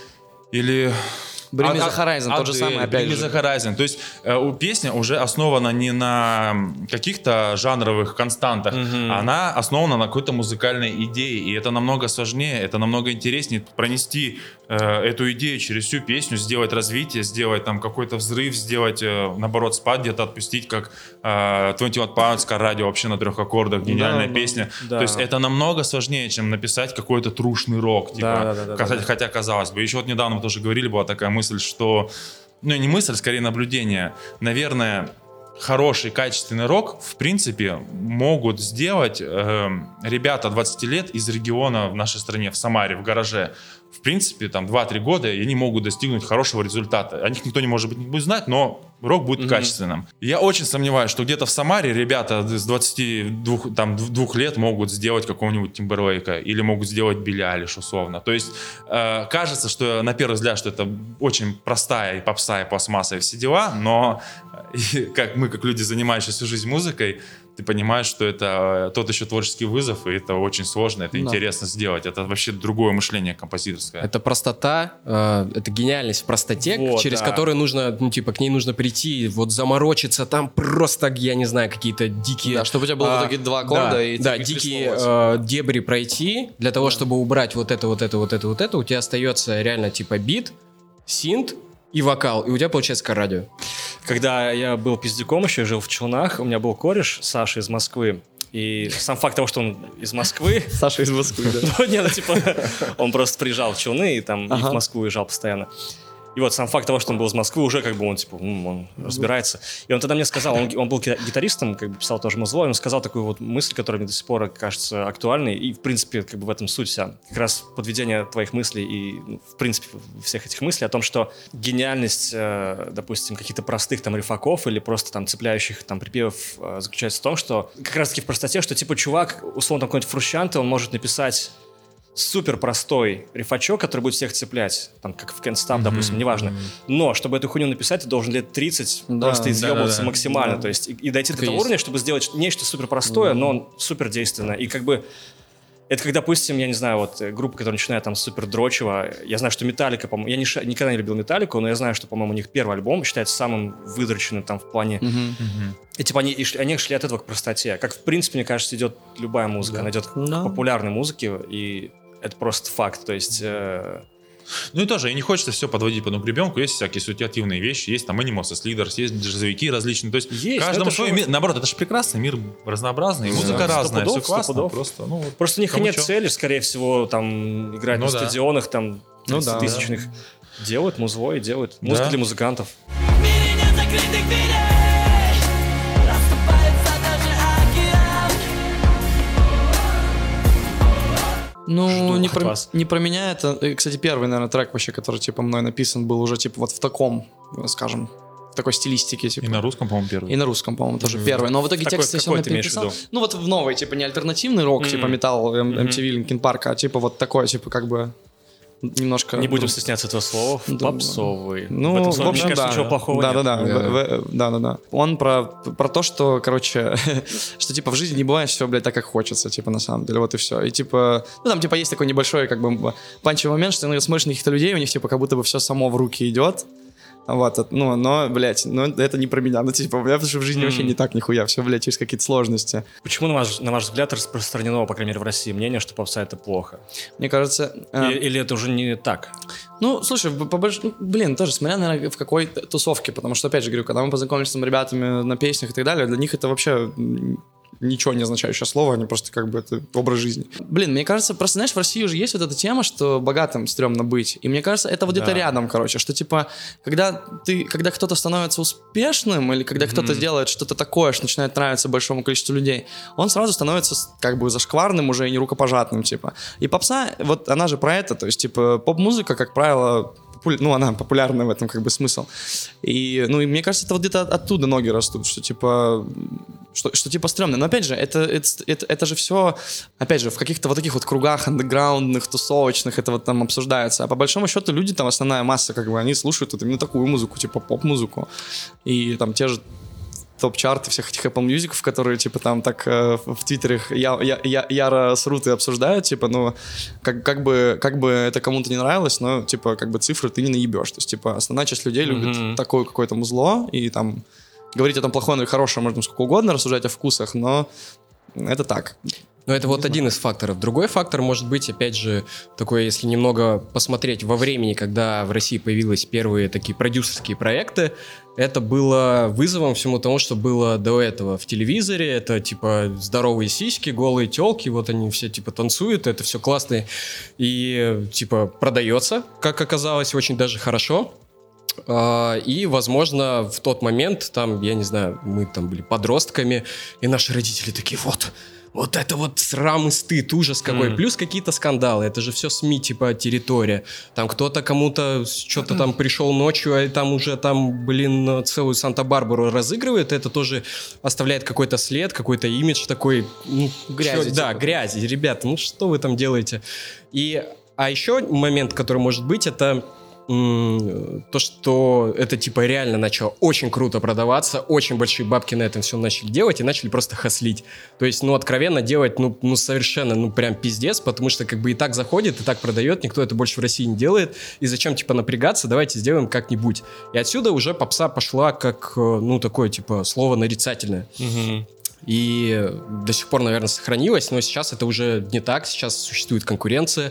или... Bring Me А- the Horizon, а- тот же Адель, самый, опять Bring Me же. the Horizon. То есть э, у- песня уже основана не на каких-то жанровых константах, а она основана на какой-то музыкальной идее. И это намного сложнее, это намного интереснее пронести э, эту идею через всю песню, сделать развитие, сделать там какой-то взрыв, сделать, э, наоборот, спад где-то отпустить, как э, двадцать один Pounds, радио вообще на трех аккордах, гениальная Да, песня. да. То есть это намного сложнее, чем написать какой-то трушный рок. Типа, Да, да, да, да, хотя, да. хотя, казалось бы. Еще вот недавно мы тоже говорили, была такая мысль, что... Ну, не мысль, скорее наблюдение. Наверное, хороший, качественный рок, в принципе, могут сделать э, ребята двадцати лет из региона в нашей стране, в Самаре, в гараже. В принципе, там два-три года, и они могут достигнуть хорошего результата. О них никто, не может быть, не будет знать, но рок будет Мгм. качественным. Я очень сомневаюсь, что где-то в Самаре ребята с двадцати двух, там, дв- двух лет могут сделать какого-нибудь Тимберлейка или могут сделать Билли Айлиш условно. То есть э, кажется, что на первый взгляд, что это очень простая и попса, и пластмасса, и все дела, но и как мы, как люди, занимающиеся всю жизнь музыкой, ты понимаешь, что это э, тот еще творческий вызов, и это очень сложно, это Да. интересно сделать. Это вообще другое мышление композиторское. Это простота, э, это гениальность в простоте, Вот, через да. которую нужно, ну, типа, к ней нужно прийти, вот заморочиться, там просто, я не знаю, какие-то дикие... Да, чтобы у тебя было в а, итоге два аккорда, да, и ты да, их дикие присловывать. э, дебри пройти, для того, чтобы убрать вот это, вот это, вот это, вот это, у тебя остается реально, типа, бит, синт и вокал, и у тебя получается радио. Когда я был пиздюком еще, жил в Челнах, у меня был кореш, Саша из Москвы. И сам факт того, что он из Москвы... Саша из Москвы, да. Ну, не, ну, типа, он просто приезжал в Челны и там и Ага. в Москву уезжал постоянно. И вот сам факт того, что он был из Москвы, уже как бы он, типа, м, он разбирается. И он тогда мне сказал, он, он был ги- гитаристом, как бы писал тоже музло, и он сказал такую вот мысль, которая мне до сих пор кажется актуальной, и, в принципе, как бы в этом суть вся. Как раз подведение твоих мыслей и, ну, в принципе, всех этих мыслей о том, что гениальность, э, допустим, каких-то простых там рифаков или просто там цепляющих там припевов э, заключается в том, что как раз-таки в простоте, что, типа, чувак, условно, там какой-нибудь Фрущанте, он может написать супер простой рифачок, который будет всех цеплять, там, как в Can't Stop, допустим, неважно. Но, чтобы эту хуйню написать, ты должен лет тридцать Да, просто изъебываться да-да-да. максимально, Да. то есть и, и дойти Так до и того есть. уровня, чтобы сделать нечто супер простое, но супер действенное. И как бы это как, допустим, я не знаю, вот э, группа, которая начинает там с супер дрочево. Я знаю, что Металлика, по-моему, я не ша- никогда не любил Металлику, но я знаю, что, по-моему, у них первый альбом считается самым выдроченным там в плане. Мгм. И типа они, и шли- они шли от этого к простоте. Как, в принципе, мне кажется, идет любая музыка. Она идет к Да. популярной музыке, и это просто факт. То есть... э, Ну и тоже, и не хочется все подводить под одну гребенку. Есть всякие ситуативные вещи, есть там Animals as Leaders, есть джазовики различные. То есть, Есть, но каждому это свой же- мир. Наоборот, это же прекрасно, мир разнообразный, музыка Да, разная, сто все пудов, классно. сто пудов. Просто, ну, вот. Просто у них Кому нет чё. цели, скорее всего, там играть Ну на да. стадионах, там Ну да. тридцатитысячных. Делают музло и делают музыку Да. для музыкантов. В мире нет закрытых дверей, расступается даже океан. Ну, Жду не от про, вас. не про меня это... э, Кстати, первый, наверное, трек вообще, который, типа, мной написан, был уже, типа, вот в таком, э, скажем, в такой стилистике, типа. И на русском, по-моему, первый. И на русском, по-моему, тоже первый. Но в итоге Какой- текст я все какой равно ты имеешь в переписал. виду? Ну, вот в новый, типа, не альтернативный рок, Мгм. типа, металл, эм, Мгм. эм ти ви, Линкин Парк, а типа вот такой, типа, как бы немножко... Не будем стесняться этого слова. Да. Попсовый. Ну, в этом в слове, общем, мне кажется, да. ничего плохого да, нет. да, да, Да. В- в- да, да, да. Он про, про то, что, короче, что, типа, в жизни не бывает все, блядь, так, как хочется, типа, на самом деле, вот и все. И, типа, ну, там, типа, есть такой небольшой, как бы, панчевый момент, что иногда смотришь на каких-то людей, у них, типа, как будто бы все само в руки идет. Вот, от- ну, но, блядь, ну, это не про меня. Ну, типа, у меня потому что в жизни Мгм. вообще не так нихуя. Все, блядь, через какие-то сложности. Почему, на ваш, на ваш взгляд, распространено, по крайней мере, в России мнение, что попса — это плохо? Мне кажется... э, Или, или это уже не так? Ну, слушай, по больш- ну, блин, тоже смотря, наверное, в какой т- тусовке, потому что, опять же, говорю, когда мы познакомились с этими ребятами на песнях и так далее, для них это вообще м, ничего не означающее слово, они просто как бы это образ жизни. Блин, мне кажется, просто, знаешь, в России уже есть вот эта тема, что богатым стрёмно быть, и мне кажется, это вот где-то Да. рядом, короче, что типа, когда ты, когда кто-то становится успешным, или когда кто-то делает что-то такое, что начинает нравиться большому количеству людей, он сразу становится с- как бы зашкварным уже и не рукопожатным, типа. И попса, вот она же про это, то есть, типа, поп-музыка, как правило, популя... ну, она популярна в этом как бы смысл. И, ну, и мне кажется, это вот где-то оттуда ноги растут, что типа, что, что типа стрёмно. Но опять же, это, это, это, это же все, опять же, в каких-то вот таких вот кругах андеграундных, тусовочных это вот там обсуждается. А по большому счету люди, там основная масса, как бы, они слушают вот именно такую музыку, типа поп-музыку. И там те же топ-чарты всех этих Apple Music, которые, типа, там так э, в Твиттере я, я, я, яро срут и обсуждают, типа, ну, как, как, бы, как бы это кому-то не нравилось, но, типа, как бы цифры ты не наебешь. То есть, типа, основная часть людей любит mm-hmm. такое какое-то музло, и там говорить о том плохое или хорошее можно сколько угодно, рассуждать о вкусах, но это так. Но это вот один из факторов. Другой фактор может быть, опять же, такой, если немного посмотреть во времени, когда в России появились первые такие продюсерские проекты, это было вызовом всему тому, что было до этого в телевизоре. Это типа здоровые сиськи, голые телки, вот они все типа танцуют, это все классно и типа продается, как оказалось, очень даже хорошо. И, возможно, в тот момент, там, я не знаю, мы там были подростками, и наши родители такие, вот, вот это вот срам и стыд, ужас какой. Mm. Плюс какие-то скандалы, это же все СМИ, типа, территория. Там кто-то кому-то что-то там пришел ночью, а там уже там, блин, целую Санта-Барбару разыгрывает, это тоже оставляет какой-то след, какой-то имидж такой. Ну, грязи. Чё, да, типа. грязи. Ребята, ну что вы там делаете? И, а еще момент, который может быть, это... то, что это типа реально начало очень круто продаваться, очень большие бабки на этом все начали делать и начали просто хаслить. То есть, ну, откровенно делать, ну, ну совершенно, ну, прям пиздец, потому что как бы и так заходит, и так продает, никто это больше в России не делает, и зачем, типа, напрягаться, давайте сделаем как-нибудь. И отсюда уже попса пошла как, ну, такое, типа, слово нарицательное. Угу. И до сих пор, наверное, сохранилось, но сейчас это уже не так, сейчас существует конкуренция.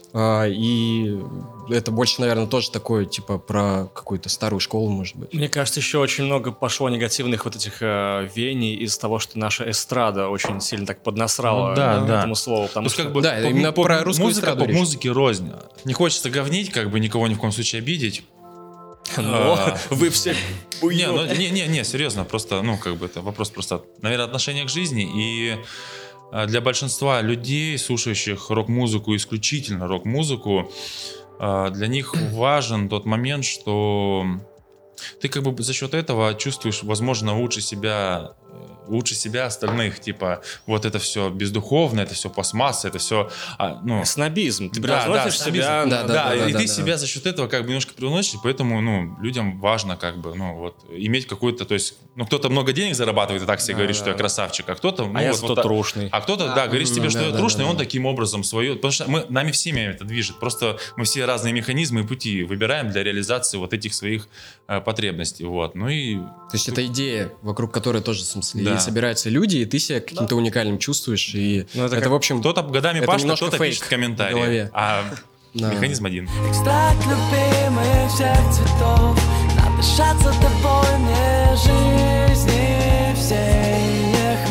И это больше, наверное, тоже такое, типа, про какую-то старую школу, может быть. Мне кажется, еще очень много пошло негативных вот этих э, веяний из того, что наша эстрада очень сильно так поднасрала ну, да, к да. этому слову. Потому То есть, что... как бы, да, поп- именно поп- про русскую музыка, эстраду поп-музыки рознь. Не хочется говнить, как бы никого ни в коем случае обидеть. Но А, вы все... Не, ну, не, не, не, серьезно, просто, ну, как бы это вопрос просто, наверное, отношения к жизни. И для большинства людей, слушающих рок-музыку, исключительно рок-музыку, для них важен тот момент, что ты как бы за счет этого чувствуешь, возможно, лучше себя, лучше себя остальных. Типа, вот это все бездуховно, это все пластмасса, это все... Ну, снобизм. Ты да, превозносишь да, себя... да, да, да, да, и да, ты да. себя за счет этого как бы немножко превозносишь, поэтому, ну, людям важно как бы, ну, вот, иметь какую-то, то есть, ну, кто-то много денег зарабатывает и так себе Да, говорит, да, что я да. красавчик, а кто-то... Ну, А я вот, зато вот так. трушный. А кто-то, А, да, говорит м, тебе, что да, я да, трушный, да, он да. таким образом свое... Потому что мы, нами всеми это движет, просто мы все разные механизмы и пути выбираем для реализации вот этих своих э, потребностей, вот, ну и... То есть это идея, вокруг которой тоже, в смысле, Да. и собираются люди, и ты себя каким-то уникальным чувствуешь, и Ну, это это, как в общем... Кто-то годами Это пашет, а немножко кто-то фейк пишет в комментарии, голове. а Да. механизм один. Экстракт любимый всех цветов, надышаться тобой мне жизни всей не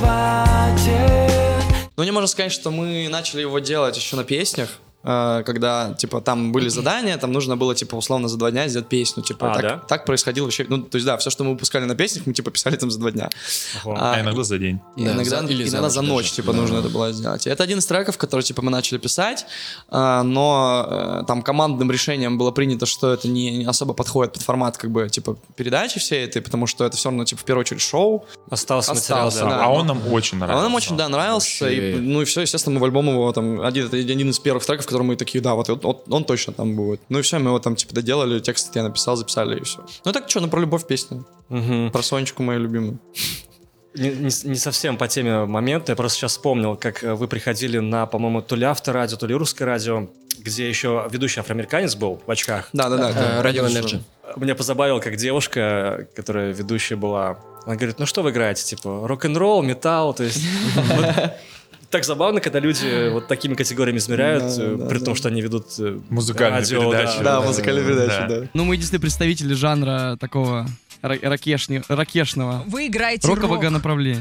хватит. Ну, не можно сказать, что мы начали его делать еще на песнях, э, когда, типа, там были задания, там нужно было, типа, условно за два дня сделать песню, типа, А, так, да? так происходило вообще, ну, то есть, да, все, что мы выпускали на песнях, мы, типа, писали там за два дня. Ого. А, А иногда за день. И Да, иногда, за- или за иногда ночь за ночь, даже. типа, Да. нужно это было сделать. И это один из треков, который, типа, мы начали писать, а, но а, там командным решением было принято, что это не, не особо подходит под формат, как бы, типа, передачи всей этой, потому что это все равно, типа, в первую очередь шоу. Остался материал, Остался, да. да. А он нам очень А нравится. он нам очень, да, нравился, и, Вообще. ну и все, естественно, мы в альбом его там, один, это один из первых треков, в котором мы такие, да, вот, вот, вот он точно там будет. Ну и все, мы его там, типа, доделали, текст я написал, записали, и все. Ну так что, ну про любовь песня, Мгм. про Сонечку мою любимую. Не, не- не совсем по теме момента, я просто сейчас вспомнил, как э, вы приходили на, по-моему, то ли авторадио, то ли русское радио, где еще ведущий афроамериканец был в очках. Да-да-да. Э, Radio Energy. Меня позабавило, как девушка, которая ведущая была, она говорит, ну что вы играете, типа, рок-н-ролл, металл, то есть... вот так забавно, когда люди вот такими категориями измеряют, Да, э, да, при да. том, что они ведут э, Музыкальные радио, передачи. Да, Да, музыкальная да, передача, да. да. Ну, мы единственные представители жанра такого ра- ракешни- ракешного, Вы играете рокового рок. направления.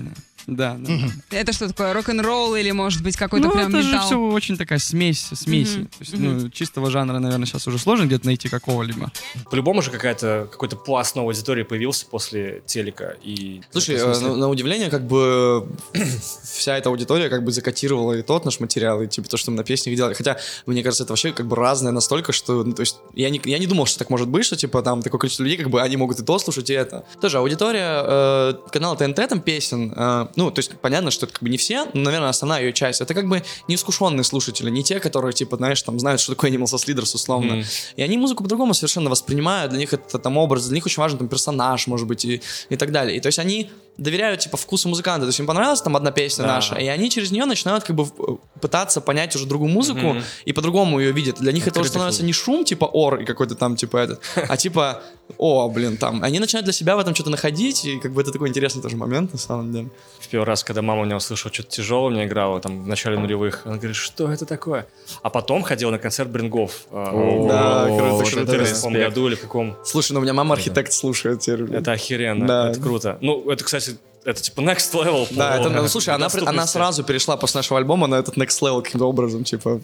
Да, да. Это что такое, рок-н-ролл или, может быть, какой-то Ну, прям это же металл? все очень такая смесь, смеси. Мгм. То есть, ну, чистого жанра, наверное, сейчас уже сложно где-то найти какого-либо. По-любому же какая-то, какой-то пласт новой аудитории появился после телека. И, Слушай, в э, этом смысле- на, на удивление, как бы вся эта аудитория как бы закодировала и тот наш материал, и типа то, что мы на песнях делали. Хотя, мне кажется, это вообще как бы разное настолько, что, ну, то есть, я не, я не думал, что так может быть, что типа там такое количество людей, как бы они могут и то слушать, и это. Тоже аудитория э, канала ТНТ, там песен, э, ну, то есть, понятно, что это как бы не все, но, наверное, основная ее часть. Это как бы неискушенные слушатели, не те, которые, типа, знаешь, там, знают, что такое Animals as Leaders, условно. Мгм. И они музыку по-другому совершенно воспринимают, для них это там образ, для них очень важен там персонаж, может быть, и, и так далее. И то есть они доверяют, типа, вкусу музыканта, то есть им понравилась там одна песня Да. наша, и они через нее начинают как бы в- пытаться понять уже другую музыку Мгм. и по-другому ее видят. Для них это уже Открытый становится клуб. не шум, типа ор и какой-то там, типа этот, а типа, о, блин, там. Они начинают для себя в этом что-то находить, и как бы это такой интересный тоже момент, на самом деле. В первый раз, когда мама у меня услышала что-то тяжелое, мне играла там в начале нулевых, она говорит, что это такое? А потом ходила на концерт Брингов. э, Да, в круто, в круто, четырнадцатом респект. году или в каком. Слушай, ну у меня мама архитект слушает теперь. Это охеренно, Да. это круто. Ну, это, кстати, это типа next level. Да, по это, ну, слушай, она, при- она доступности. сразу перешла после нашего альбома на этот next level каким-то образом, типа.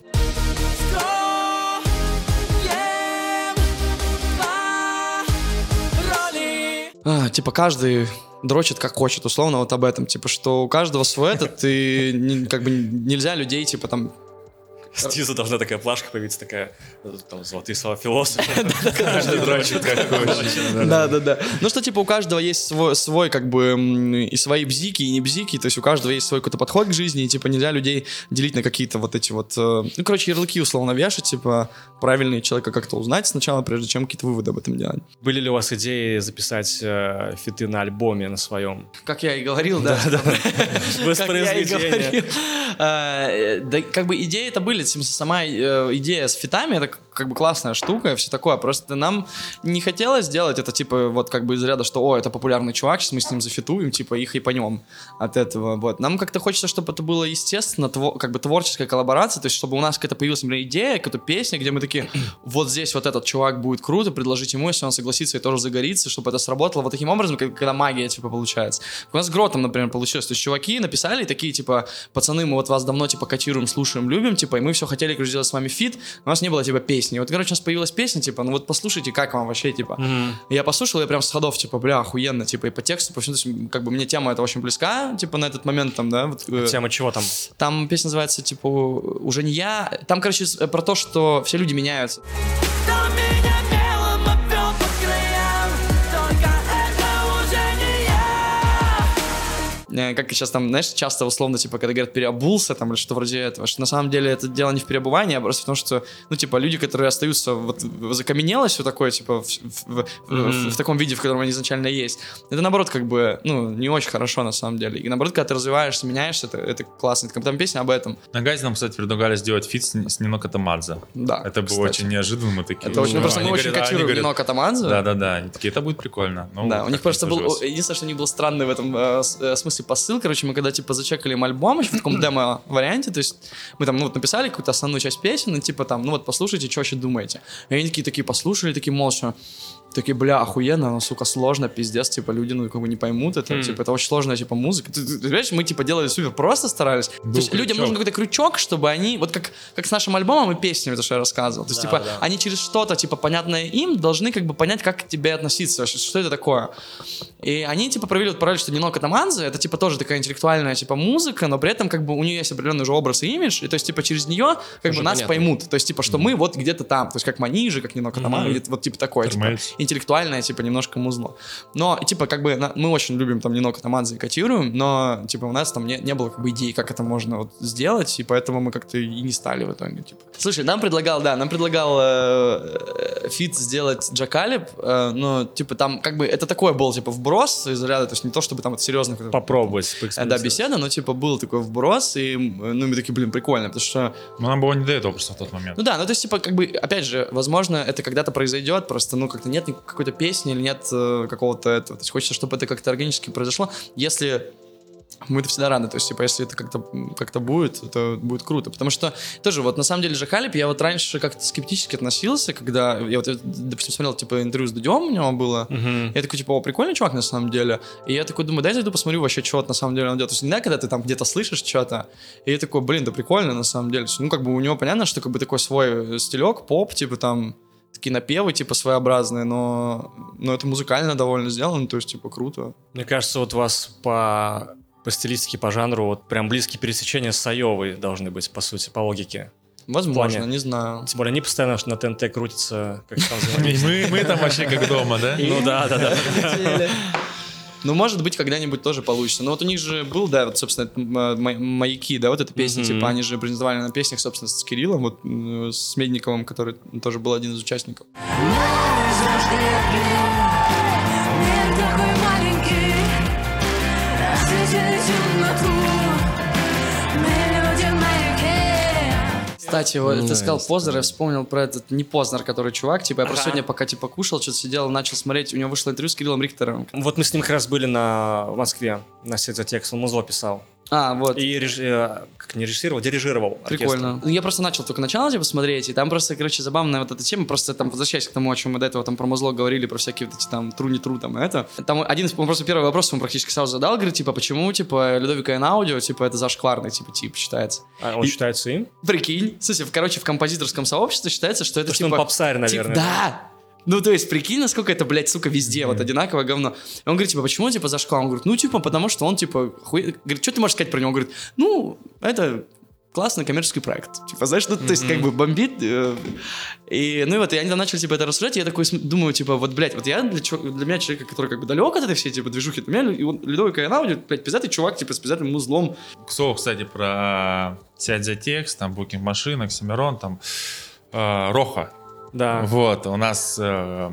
А, типа каждый дрочит как хочет, условно, вот об этом, типа, что у каждого свой этот, и не- как бы нельзя людей, типа, там, Снизу должна такая плашка появиться, такая, э, там, золотые слова философа. Каждый дрочит как хочет. да-да-да. Ну, что, типа, у каждого есть свой, свой, как бы, м, и свои бзики, и не бзики, то есть у каждого есть свой какой-то подход к жизни, и, типа, нельзя людей делить на какие-то вот эти вот, э, ну, короче, ярлыки, условно, вешать, типа, правильные человека как-то узнать сначала, прежде чем какие-то выводы об этом делать. Были ли у вас идеи записать э, фиты на альбоме на своем? Как я и говорил, да. Как я и Воспроизведение. говорил. А, Да, как бы идеи это были, типа, сама э, идея с фитами, это как бы классная штука и все такое, просто нам не хотелось делать это, типа, вот как бы из ряда, что, о, это популярный чувак, сейчас мы с ним зафитуем, типа, их и поймем от этого, вот. Нам как-то хочется, чтобы это было, естественно, тво- как бы творческая коллаборация, то есть, чтобы у нас какая-то появилась, например, идея, какая-то песня, где мы такие, вот здесь вот этот чувак будет круто, предложить ему, если он согласится и тоже загорится, чтобы это сработало вот таким образом, как- когда магия, типа, получается. У нас с Гротом, например, получилось, то есть, чуваки написали и такие, типа, пацаны, мы вот вас давно, типа, котируем, слушаем, любим, типа, и мы все хотели, короче, сделать с вами фит, но у нас не было, типа, песни. И вот, короче, у нас появилась песня, типа, ну вот послушайте, как вам вообще, типа. И я послушал, я прям с ходов, типа, бля, охуенно, типа, и по тексту, по всему, то есть, как бы мне тема эта очень близка, типа, на этот момент, там, да, вот, э, Тема чего там? там песня называется, типа, уже не я, там, короче, с- про то, что все люди меняются. Кто меня мелом обвел по краям, только это уже не я. Э, Как сейчас там, знаешь, часто условно, типа, когда говорят переобулся, там, или что вроде этого, что на самом деле это дело не в переобувании, а просто в том, что, ну, типа, люди, которые остаются вот в закаменелость, вот такое, типа, в, в- в- в- в таком виде, в котором они изначально есть, это, наоборот, как бы, ну, не очень хорошо, на самом деле. И, наоборот, когда ты развиваешься, меняешься, это, это классно. Там, там песня об этом. На Газе нам, кстати, предлагали сделать фит с, с Нино Катамадзе. Да, Это было кстати. очень неожиданно, мы такие. Это очень, ну, «О». просто мы Они очень говорят, а, они котируем говорят, Нино Катамадзе. Да-да-да, они такие, это будет прикольно. Ну, Да, у них как просто не был, сложилось. единственное, что у них был странный в этом э, с- э, смысле посыл, короче, мы когда, типа, зачекали им альбом еще в таком демо-варианте, то есть мы там, ну, вот написали какую-то основную часть песен, и, типа, там, ну, вот, послушайте, что вообще думаете. И они такие, такие послушали, такие молча, такие, бля, охуенно, ну, сука, сложно, пиздец, типа, люди, ну, как бы не поймут это, Хм. типа, это очень сложная, типа, музыка. Ты, ты, ты понимаешь, мы, типа, делали супер просто старались. То есть людям крючок. нужен какой-то крючок, чтобы они, вот как, как с нашим альбомом и песнями, то, что я рассказывал. То есть, Да, типа, да. они через что-то, типа, понятное им, должны, как бы, понять, как к тебе относиться, вообще, что это такое. И они, типа, провели вот параллель, что Нино Катамадзе, это, типа, тоже такая интеллектуальная, типа, музыка, но при этом, как бы, у нее есть определенный уже образ и имидж, и, то есть, типа, через нее, как Уже бы, нас понятно. поймут. То есть, типа, что мы вот где-то там, то есть, как Манижи, как Нино Катамадзе, где-то вот, типа, такое, типа, Термейс. интеллектуальное, типа, немножко музло. Но, типа, как бы, на- мы очень любим там Нино Катамадзе и котируем, но, типа, у нас там не, не было, как бы, идей, как это можно вот сделать, и поэтому мы как-то и не стали в итоге, типа. Слушай, нам предлагал, да, нам предлагал э, э, фит сделать Джакалиб, э, но, типа, там, как бы, это такое был, типа, вброс из ряда, то есть не то, чтобы там вот серьезно какой-то Попробовать. э, да, поэкспериментировать. беседа, но, типа, был такой вброс, и, э, ну, мы такие, блин, прикольно, потому что Ну, нам было не до этого просто в тот момент. ну да, ну то есть, типа, как бы, опять же, возможно, это когда-то произойдет, просто, ну, как-то нет ни- какой-то песни или нет э, какого-то этого. То есть хочется, чтобы это как-то органически произошло. Если мы-то всегда рады, то есть, типа, если это как-то, как-то будет, это будет круто, потому что тоже вот на самом деле же Халип, я вот раньше как-то скептически относился, когда я вот, допустим, смотрел, типа, интервью с Дудем у него было, Мгм. я такой, типа, о, прикольный чувак на самом деле, и я такой думаю, дай зайду посмотрю вообще, что вот на самом деле он делает, то есть иногда, когда ты там где-то слышишь что-то, и я такой, блин, да прикольно на самом деле, ну, как бы у него понятно, что как бы такой свой стилек, поп, типа, там, такие напевы, типа, своеобразные, но, но это музыкально довольно сделано, то есть, типа, круто. Мне кажется, вот у вас по, по стилистике, по жанру, вот прям близкие пересечения с Сайовой должны быть, по сути, по логике. Возможно, плане. не знаю. Тем более они постоянно на ТНТ крутятся, как там взаимодействуют. Мы, мы там вообще как дома, да? Ну да, да, да. Ну, может быть, когда-нибудь тоже получится. Но вот у них же был, да, вот, собственно, это, м- м- «Маяки», да, вот эта песня, Мгм. типа, они же презентовали на песнях, собственно, с Кириллом, вот, м, с Медниковым, который тоже был один из участников. Мир такой маленький, насыщенный темноту. Мы люди маяки. Кстати, вот Ну, ты сказал есть, Познер, да. я вспомнил про этот не Познер, который чувак, типа, я просто Ага. сегодня пока, типа, кушал, что-то сидел, начал смотреть, у него вышло интервью с Кириллом Рихтером. Вот мы с ним как раз были на, в Москве, на «Сеть за текст», он музло писал. А, вот. И реж- э, как не режиссировал, дирижировал Прикольно. оркестром. Ну, я просто начал только начало, типа, смотреть, и там просто, короче, забавная вот эта тема, просто там, возвращаясь к тому, о чем мы до этого там про музло говорили, про всякие вот эти там тру-не тру, там, это. Там один из, он просто первый вопрос он практически сразу задал, говорит, типа, почему, типа, Людовико Эйнаудио, типа, это зашкварный, типа, тип считается. А он И- считается им? Прикинь, в смысле, в- короче, в композиторском сообществе считается, что это, Потому что типа... он попсарь, тип- наверное. да! Ну, то есть, прикинь, насколько это, блядь, сука, везде, вот одинаковое говно. И он говорит, типа, почему, типа, зашквар? Он говорит, ну, типа, потому что он, типа, хуй... Говорит, что ты можешь сказать про него? Он говорит, ну, это классный коммерческий проект. Типа, знаешь, ну, то есть, как бы, бомбит. э, И, ну, и вот, и они там начали, типа, это рассуждать, и я такой см- думаю, типа, вот, блядь, вот я для, чё- для меня человека, который, как бы, далек от этой всей, типа, движухи, для меня Лю- Людовико Эйнаудио, блядь, пиздатый чувак, типа, с пиздатым музлом. К слову, кстати, про «Сядь за текст», там, «Букинг машин», «Оксимирон», там, э, «Роха». Да. Вот, у нас, э, э,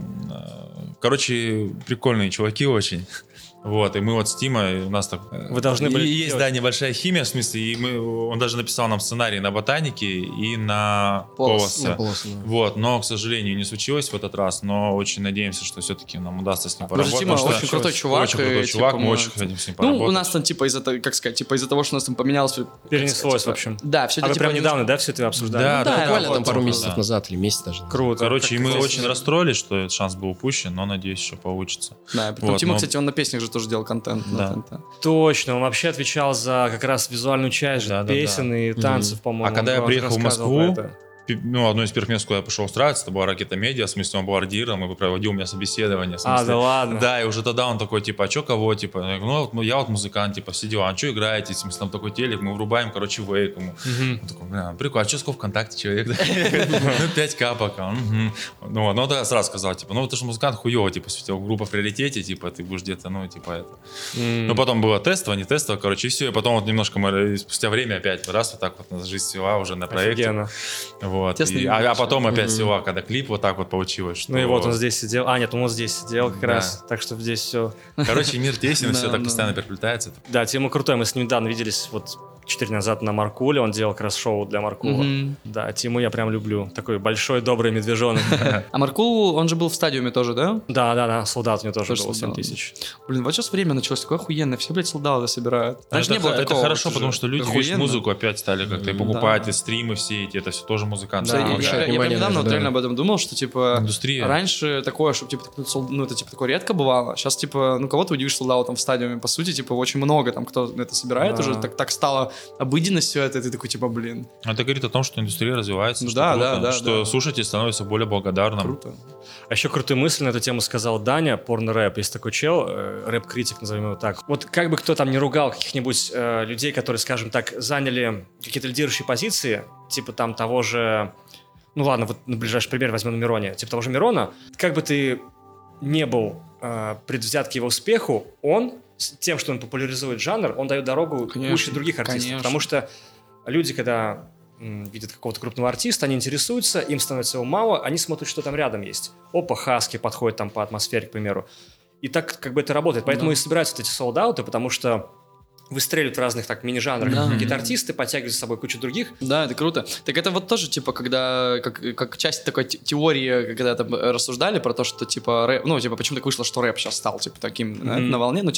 короче, прикольные чуваки очень. Вот, и мы вот с Тимой, у нас так... э, Вы должны и были Есть, делать. да, небольшая химия, в смысле, и мы, он даже написал нам сценарий на ботанике и на Полос. полосе. На полосу, да. Вот, но, к сожалению, не случилось в этот раз, но очень надеемся, что все-таки нам удастся с ним Потому что поработать. Тима потому очень что крутой чувак. Очень крутой и, чувак, типа, мы очень хотим с ним Ну, поработать. у нас там, типа, из-за того, как сказать, типа, из-за того, что у нас там поменялось... как Перенеслось, сказать, в общем. Да, все А это, вы типа, прям немножко- недавно, да, все это обсуждали? Да, Ну, да, буквально вот, там пару вот, месяцев да. назад или месяц даже. Круто. Короче, и Как мы классно. очень расстроились, что этот шанс был упущен, но надеюсь, еще получится. Да, притом Вот, Тима, но- кстати, он на песнях же тоже делал контент. на Да. ТНТ. Точно, он вообще отвечал за как раз визуальную часть же, Да, да, песен да. и танцев, по-моему. А когда Он я тоже приехал в рассказывал Москву, про это. пи- ну, одно из первых мест, куда я пошел устраиваться, это была «Ракета Медиа», в смысле, он был ардиром, и проводил у меня собеседование. в А, смысле. да ладно. Да, и уже тогда он такой, типа, а чё, кого, типа, я говорю, ну, вот, ну, я вот музыкант, типа, все дела, а чё играете, в смысле, там такой телек, мы врубаем, короче, вейк ему. Мгм. Он такой, бля, прикольно, а чё, сколько ВКонтакте человек? Ну, пять ка пока. Мгм. Ну, вот, ну, тогда сразу сказал, типа, ну, ты же музыкант хуёво, типа, светил, группа в приоритете, типа, ты будешь где-то, ну, типа, это. М. Ну, потом было тестово, не тестово, короче, и все, и потом вот немножко мы, спустя время опять раз вот так вот нас жизнь свела уже на проекте. Офигенно. Вот. Тесно И- не а, а было, потом опять Мгм. свела, когда клип вот так вот получилось. Что... Ну и вот он здесь сидел. А, нет, он вот здесь сидел как Да. раз. Так что здесь все. Короче, мир тесен, все Да, так да. постоянно переплетается. Да, Тима крутой. Мы с ним недавно виделись вот четыре назад на Маркуле. Он делал как раз шоу для Маркула. Мгм. Да, Тиму я прям люблю. Такой большой, добрый медвежонок. А Маркул, он же был в стадиуме тоже, да? Да, да, да, солдат у него тоже Тоже было семь солдат. тысяч. Блин, вот сейчас время началось такое охуенное, все, блядь, солдаты собирают. Раньше это, не было х- это такого. хорошо, вот потому уже. что люди, видишь, Охуенно. музыку опять стали как-то и Да. покупать, и стримы все эти, это все тоже музыканты. Да, Да, я, я, обращают я прям внимание на недавно это, вот да. реально об этом думал, что, типа, Индустрия. раньше такое, чтобы, типа, такой сол- ну, это, типа, такое редко бывало. Сейчас, типа, ну, кого ты удивишь солдатом в стадиуме, по сути, типа, очень много там, кто это собирает Да. уже, так, так стало обыденность все это, и ты такой, типа, блин, Это говорит о том, что индустрия развивается, Ну что, да, круто, да, да, что да. слушатель становится более благодарным. круто. А еще крутую мысль на эту тему сказал Даня, порно-рэп. Есть такой чел, э, рэп-критик, назовем его так. Вот как бы кто там не ругал каких-нибудь э, людей, которые, скажем так, заняли какие-то лидирующие позиции, типа там того же... Ну ладно, вот на ближайший пример возьмем Мироне. Типа того же Мирона. Как бы ты не был э, предвзят к его успеху, он с тем, что он популяризует жанр, он дает дорогу Конечно, куче других артистов. конечно. Потому что люди, когда м, видят какого-то крупного артиста, они интересуются, им становится его мало, они смотрят, что там рядом есть. Опа, Хаски подходит там по атмосфере, к примеру. И так как бы это работает. Поэтому Да. и собираются вот эти солдаты, потому что выстреливают в разных так мини-жанрах Да. какие-то артисты, подтягивают с собой кучу других. Да, это круто. Так это вот тоже, типа, когда, как, как часть такой те- теории, когда там рассуждали про то, что, типа, рэп, ну, типа, почему так вышло, что рэп сейчас стал, типа, таким, да, Мгм. на волне, ну, типа,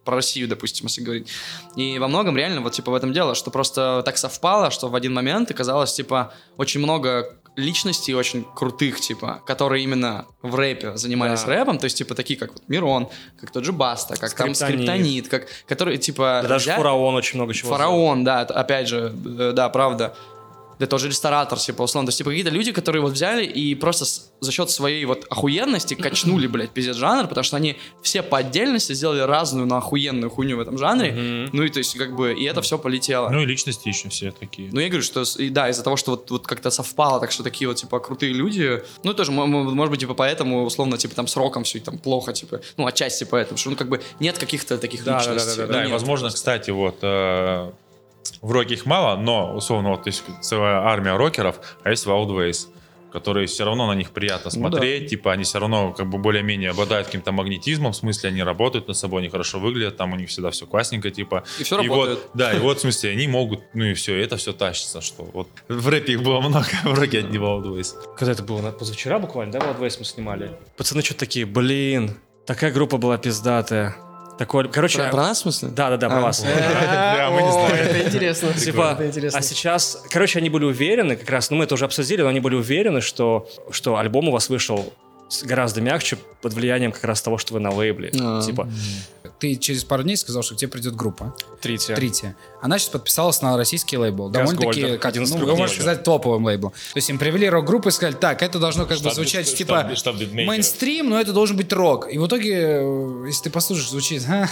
про Россию, допустим, если говорить. И во многом реально вот, типа, в этом дело, что просто так совпало, что в один момент оказалось, типа, очень много личностей очень крутых, типа, которые именно в рэпе занимались Да. рэпом, то есть, типа, такие, как вот Мирон, как тот же Баста, как там Скриптонит. Скриптонит, как, которые, типа... Да даже взя- Фараон очень много чего Фараон, да, это, опять же, э, да, правда. Да тоже ресторатор, типа, условно. То есть, типа, какие-то люди, которые вот взяли и просто с- за счет своей вот охуенности качнули, блядь, пиздец жанр, потому что они все по отдельности сделали разную, но охуенную хуйню в этом жанре. Мгм. Ну и, то есть, как бы, и это все полетело. Ну и личности еще все такие. Ну, я говорю, что, с- и да, из-за того, что вот, вот как-то совпало, так что такие вот, типа, крутые люди, ну, тоже, м- м- может быть, типа, поэтому, условно, типа, там, с роком все там плохо, типа, ну, отчасти поэтому, что, ну, как бы, нет каких-то таких Да, да, да, личностей. да, да, Ну, Да, и нет. возможно, кстати, вот э, в роке их мало, но условно вот есть целая армия рокеров, а есть Wild Ways, которые все равно на них приятно Ну да. смотреть, типа они все равно как бы более-менее обладают каким-то магнетизмом, в смысле они работают над собой, они хорошо выглядят, там у них всегда все классненько, типа. И всё И работает. вот, да, и вот в смысле они могут, ну и все, и это все тащится, что вот в рэпе их было много, в роке одни Wild Ways. Когда это было? На- Позавчера буквально, да, Wild Ways мы снимали? Пацаны что-то такие, блин, такая группа была пиздатая. Такой, короче... Про, про нас, в смысле? Да-да-да, про А. вас. Да, мы не О, знаем. это интересно. Типа, Это интересно. а сейчас, короче, они были уверены, как раз, ну мы это уже обсудили, но они были уверены, что, что альбом у вас вышел с- гораздо мягче под влиянием как раз того, что вы на лейбле. А. Типа, Ты через пару дней сказал, что к тебе придет группа. Трития. Трития. Она сейчас подписалась на российский лейбл. Довольно-таки, Газгольдер, как, один из ну, крупнейших. можно сказать, топовым лейблом. То есть им привели рок-группу и сказали, так, это должно как бы Штаб- звучать штаб- типа штаб битмейкеров. мейнстрим, но это должен быть рок. И в итоге, э, если ты послушаешь, звучит... «А,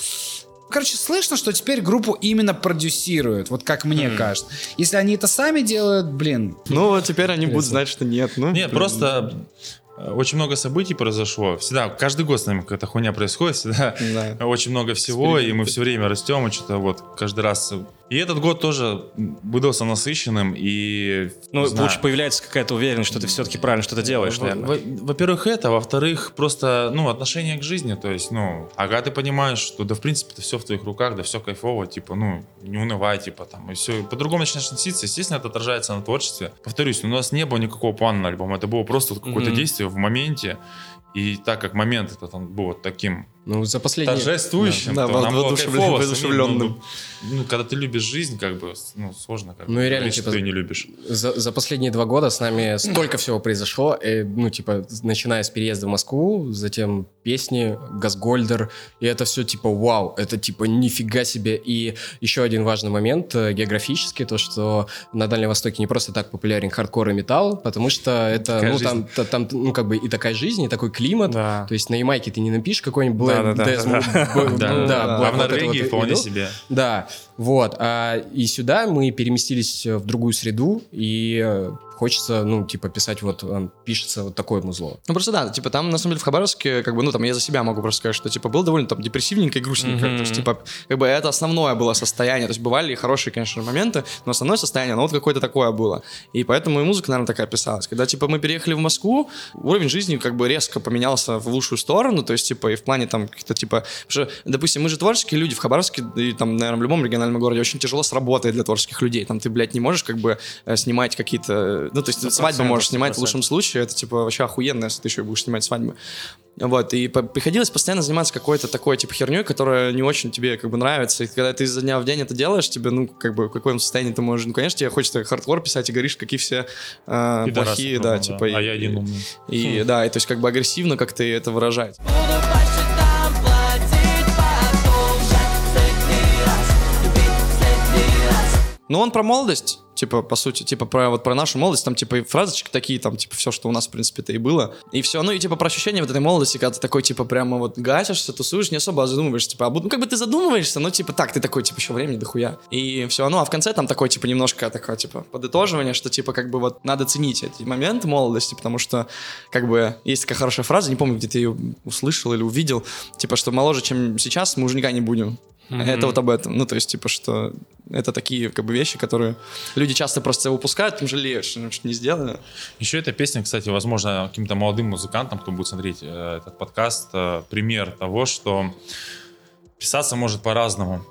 короче, слышно, что теперь группу именно продюсируют, вот как мне кажется. Если они это сами делают, блин, Ну, вот теперь они будут знать, что нет. Ну, Нет, просто э, очень много событий произошло. Всегда, каждый год с нами какая-то хуйня происходит, всегда Да. очень много всего, и мы все время растем, и что-то вот каждый раз. И этот год тоже выдался насыщенным, и... Ну, не знаю. получ- появляется какая-то уверенность, что ты все-таки правильно что-то делаешь, Во- наверное. во- Во-первых, это, во-вторых, просто, ну, отношение к жизни, то есть, ну, а когда ты понимаешь, что, да, в принципе, это все в твоих руках, да, все кайфово, типа, ну, не унывай, типа, там, и все, по-другому начинаешь относиться, естественно, это отражается на творчестве. Повторюсь, у нас не было никакого плана на альбом, это было просто вот какое-то Мгм. действие в моменте, и так как момент этот, он был вот таким Ну, за последние... торжествующим, Да, то да, нам было воодушевлен- кайфово самим, воодушевленным. ну, ну, когда ты любишь жизнь, как бы, ну, сложно, как бы, Ну и реально, говорить, что типа, ты ее не любишь. За, за последние два года с нами столько всего произошло, э, ну, типа, начиная с переезда в Москву, затем песни, Газгольдер, и это все, типа, вау, это, типа, нифига себе. И еще один важный момент э, географический, то, что на Дальнем Востоке не просто так популярен хардкор и металл, потому что это, Такая ну, жизнь. там, та- там, ну, как бы и такая жизнь, и такой климат, Да. то есть на Ямайке ты не напишешь какой-нибудь Black Да-да-да. Death, б- Да. ну, да, А Black А в вот это Норвегии вот вполне идут. себе. Да, вот. А, и сюда мы переместились в другую среду, и э, хочется, ну, типа, писать вот, э, пишется вот такое музло. Ну, просто да, типа, там, на самом деле, в Хабаровске, как бы, ну, там, я за себя могу просто сказать, что, типа, было довольно, там, депрессивненько и грустненько. Мгм. То есть, типа, как бы, это основное было состояние. То есть, бывали и хорошие, конечно, моменты, но основное состояние, оно вот какое-то такое было. И поэтому и музыка, наверное, такая писалась. Когда, типа, мы переехали в Москву, уровень жизни, как бы, резко поменялся в лучшую сторону, то есть, типа, и в плане, там, каких-то, типа, потому что, допустим, мы же творческие люди в Хабаровске, и, там, наверное, в любом региональном городе очень тяжело с работой для творческих людей. Там, ты, блядь, не можешь, как бы, э, снимать какие-то, э, ну, то есть, свадьбу можешь снимать в лучшем случае, это, типа, вообще охуенно, если ты еще будешь снимать свадьбы. Вот, и по- приходилось постоянно заниматься какой-то такой, типа, херней, которая не очень тебе, как бы, нравится. И когда ты изо дня в день это делаешь, тебе, ну, как бы, в каком состоянии ты можешь... Ну, конечно, тебе хочется хардкор писать и говоришь, какие все э, Пидорасы, плохие, ну, да, да. типа... и- А я один умный. И, да, и, то есть, как бы, агрессивно как-то это выражать. Буду по счетам платить, продолжать в следующий раз, любить в следующий раз. Ну, он про молодость, типа, по сути, типа, про вот про нашу молодость, там, типа, и фразочки такие, там, типа, все, что у нас, в принципе-то и было. И все, ну, и, типа, про ощущение вот этой молодости, когда ты такой, типа, прямо вот гасишься, тусуешь, не особо задумываешься, типа, а буд- ну, как бы ты задумываешься, но, типа, так, ты такой, типа, еще времени дохуя. И все, ну, а в конце там такой, типа, немножко такое, типа, подытоживание, что, типа, как бы вот надо ценить эти моменты молодости, потому что, как бы, есть такая хорошая фраза, не помню, где ты ее услышал или увидел, типа, что моложе, чем сейчас, мы уже никогда не будем. Это вот об этом. Ну, то есть, типа, что это такие, как бы, вещи, которые люди часто просто упускают, потом жалеют, что что не сделали. Еще эта песня, кстати, возможно, каким-то молодым музыкантам, кто будет смотреть э, этот подкаст, э, пример того, что писаться может по-разному.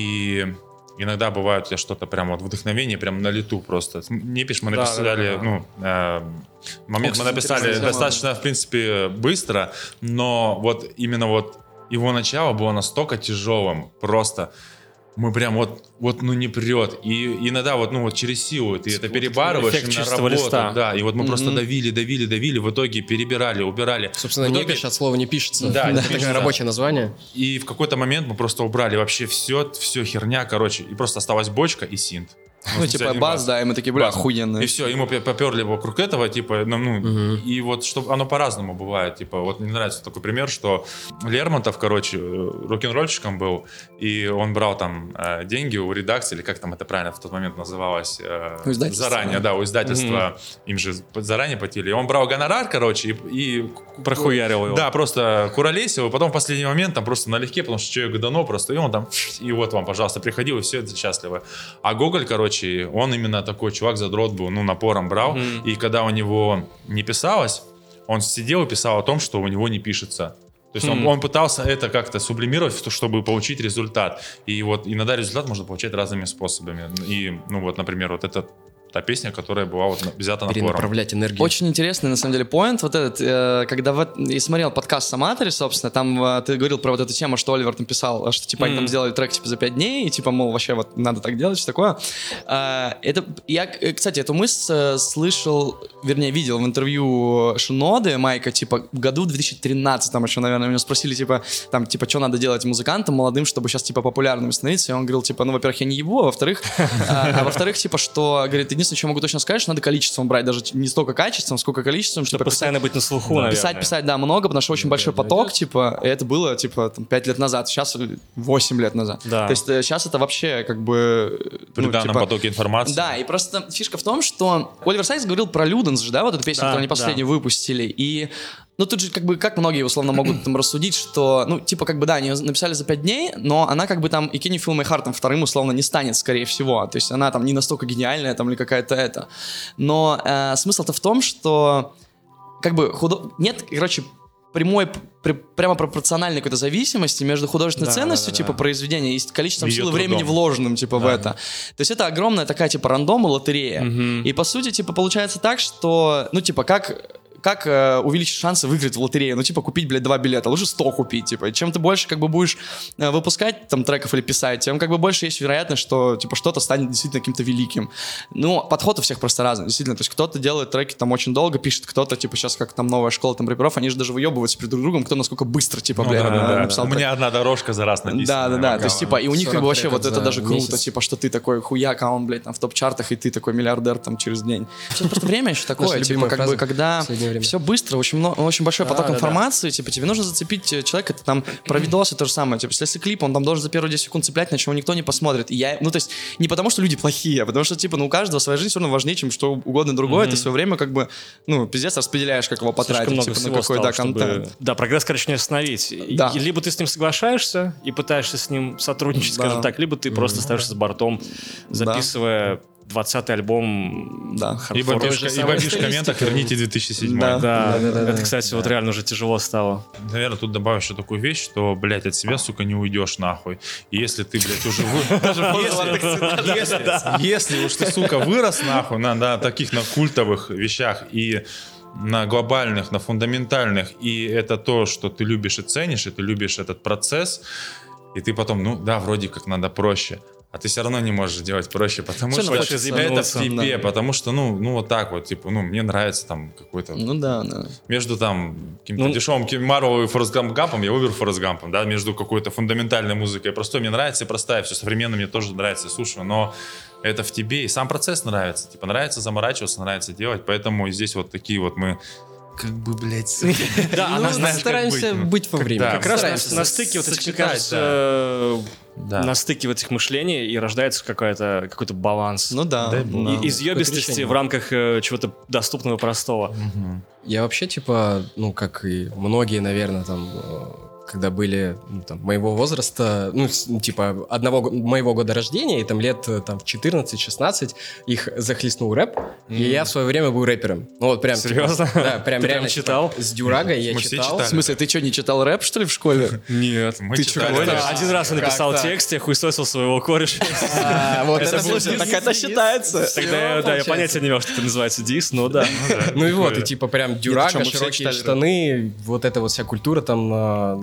И иногда бывает у тебя что-то прям вот вдохновение, прям на лету просто. Не пишешь, мы Да, написали, да, да, да. ну, э, момент О, мы кстати, написали интересная тема. достаточно, в принципе, быстро, но вот именно вот его начало было настолько тяжелым, просто мы прям вот, вот ну не прет. И иногда вот, ну вот через силу ты это перебарываешь, эффект именно чистого работу, листа. да, и вот мы Мгм. просто давили, давили, давили, в итоге перебирали, убирали. Собственно, В итоге- негаш от слова не пишется. Да, не Это такое пишется. рабочее название. И в какой-то момент мы просто убрали вообще все, все херня, короче, и просто осталась бочка и синт. Ну, типа один бас, да, и мы такие, бля, Бас. охуенно. И все, и мы поперли вокруг этого, типа, ну, ну, и вот, чтобы оно по-разному бывает, типа, вот мне нравится такой пример, что Лермонтов, короче, рок-н-ролльщиком был, и он брал там э, деньги у редакции, или как там это правильно в тот момент называлось, э, У издательства. заранее, да, у издательства, им же заранее платили, и он брал гонорар, короче, и, и Прохуярил его. да, просто куролесил, и потом в последний момент там просто налегке, потому что человек дано просто, и он там, и вот вам, пожалуйста, приходил, и все это счастливы. А Гоголь, короче, он именно такой чувак, задрот был, ну, напором брал, Мгм. и когда у него не писалось, он сидел и писал о том, что у него не пишется. То есть он, Хм. он пытался это как-то сублимировать, в то, чтобы получить результат. И вот иногда результат можно получать разными способами. И, ну вот, например, вот это та песня, которая была вот на- взята напором. Перенаправлять энергию. Очень интересный, на самом деле, поинт вот этот, э, когда вот, я смотрел подкаст Саматори, собственно, там э, ты говорил про вот эту тему, что Оливер там писал, что, типа, они там Мгм. сделали трек, типа, за пять дней, и, типа, мол, вообще вот надо так делать, что такое. Э, это, я, э, кстати, эту мысль э, слышал, вернее, видел в интервью Шиноды Майка, типа, в году две тысячи тринадцатом еще, наверное, меня спросили, типа, там, типа, что надо делать музыкантам молодым, чтобы сейчас, типа, популярным становиться, и он говорил, типа, ну, во-первых, я не ебу, а во-вторых, а, а во-вторых, типа, что, говорит, единственное, что могу точно сказать, что надо количеством брать, даже не столько качеством, сколько количеством, Чтобы типа, постоянно быть на слуху, Да. наверное. писать, писать, да, много, потому что очень большой поток, типа, и это было, типа, там, пять лет назад, сейчас восемь лет назад. Да. То есть э, сейчас это вообще, как бы... э, При ну, данном типа, потоке информации. да, и просто фишка в том, что Оливер Сайкс говорил про Люденс же, да, вот эту песню, Да, которую они последнюю выпустили, и ну, тут же, как бы, как многие, условно, могут там рассудить, что, ну, типа, как бы, да, они её написали за пять дней, но она, как бы, там, и Can You Feel My Heart, там, вторым, условно, не станет, скорее всего. То есть она, там, не настолько гениальная, там, или какая-то это. Но э, смысл-то в том, что, как бы, худо... нет, короче, прямой, при- прямо пропорциональной какой-то зависимости между художественной Да, ценностью, да, да, типа, да. произведения и количеством Её сил и времени трудом. вложенным, типа, в это. То есть это огромная такая, типа, рандом и лотерея. Мгм. И, по сути, типа, получается так, что, ну, типа, как... Как э, увеличить шансы выиграть в лотерею? Ну, типа, купить, блядь, два билета. Лучше сто купить, типа. И чем ты больше, как бы, будешь э, выпускать там треков или писать, тем, как бы, больше есть вероятность, что, типа, что-то станет действительно каким-то великим. Ну, подход у всех просто разный, действительно. То есть кто-то делает треки там очень долго, пишет, кто-то, типа, сейчас как там новая школа там рэперов, они же даже выебываются перед друг другом, кто насколько быстро, типа, Ну, блядь, да, э, да, да. написал У трек. меня одна дорожка за раз написана. Да, да, да. То есть, типа, и у них как бы сорок вообще вот треков это за даже круто, месяц. типа, что ты такой хуяк, а он, блядь, там в топ-чартах, и ты такой миллиардер там через день. Сейчас просто время еще такое, Наша типа, любимая как бы, фраза когда в последнее время. все быстро, очень много, очень большой поток да, да. информации, типа, тебе нужно зацепить э, человека, ты там про видосы то же самое, типа, если клип, он там должен за первые десять секунд цеплять, на чего никто не посмотрит. И я, ну, то есть, не потому что люди плохие, а потому что, типа, ну, у каждого своя жизнь все равно важнее, чем что угодно другое, ты свое время, как бы, ну, пиздец распределяешь, как его потратить, Слишком много типа, на всего какой, стало, да, чтобы- контент. Да, прогресс, короче, не остановить. И- Да. и либо ты с ним соглашаешься и пытаешься с ним сотрудничать, Да. скажем так, либо ты просто остаешься за бортом, записывая двадцатый альбом. Да. хардкор. И бомбишь, же и самой бомбишь в комментах, стилистикой. верните две тысячи седьмой. Да. Да, Да-да-да. это, кстати, вот реально уже тяжело стало. Наверное, тут добавлю еще такую вещь, что, блядь, от себя, сука, не уйдешь нахуй. И если ты, блядь, уже вы- если- если- Если уж ты, сука, вырос нахуй на на таких, на культовых вещах и на глобальных, на фундаментальных, и это то, что ты любишь и ценишь, и ты любишь этот процесс, и ты потом, ну да, вроде как надо проще. А ты все равно не можешь делать проще, потому Всё что равно это хочется в заебнуться, тебе, да. потому что, ну, ну вот так вот, типа, ну, мне нравится там какой-то Ну да, да. между там каким-то Ну, дешевым Марвел и Форест Гампом я выберу Форест Гампом, да, между какой-то фундаментальной музыкой. Простой мне нравится и простая, все современное мне тоже нравится, я слушаю, но это в тебе, и сам процесс нравится, типа, нравится заморачиваться, нравится делать, поэтому здесь вот такие вот мы как бы, блядь, Да, Ну, она знаешь, как стараемся быть, ну, быть во времени. да. как раз на, Стараемся на стыке вот этих, мне сочетать, кажется, э, Да. на стыке вот этих мышлений и рождается какая-то, какой-то баланс. Ну да. Дай бог. да. И- из ёбистости решение. в рамках э, чего-то доступного, простого. Я вообще, типа, ну, как и многие, наверное, там, э, когда были, ну, там, моего возраста, ну, с- ну, типа, одного го- моего года рождения, и там лет, э, там, в четырнадцать-шестнадцать их захлестнул рэп, и я в свое время был рэпером. Ну, вот прям... типа, Серьезно? да, прям Ты прям реально, читал? типа, с Дюрагой я Мы все читал. читали. В смысле, ты что, не читал рэп, что ли, в школе? Нет. Мы Ты читали, чё, гонишь? да. Один раз он Как написал так? текст, я хуесосил своего кореша. А, вот Это это был был дис. Так это считается. Тогда я, да, я понятия не имел, что это называется дис, но да. Ну и вот, и Такое. типа прям Нет, Дюрага, ты чё, мы все широкие читали рэп. штаны, вот эта вот вся культура там, а,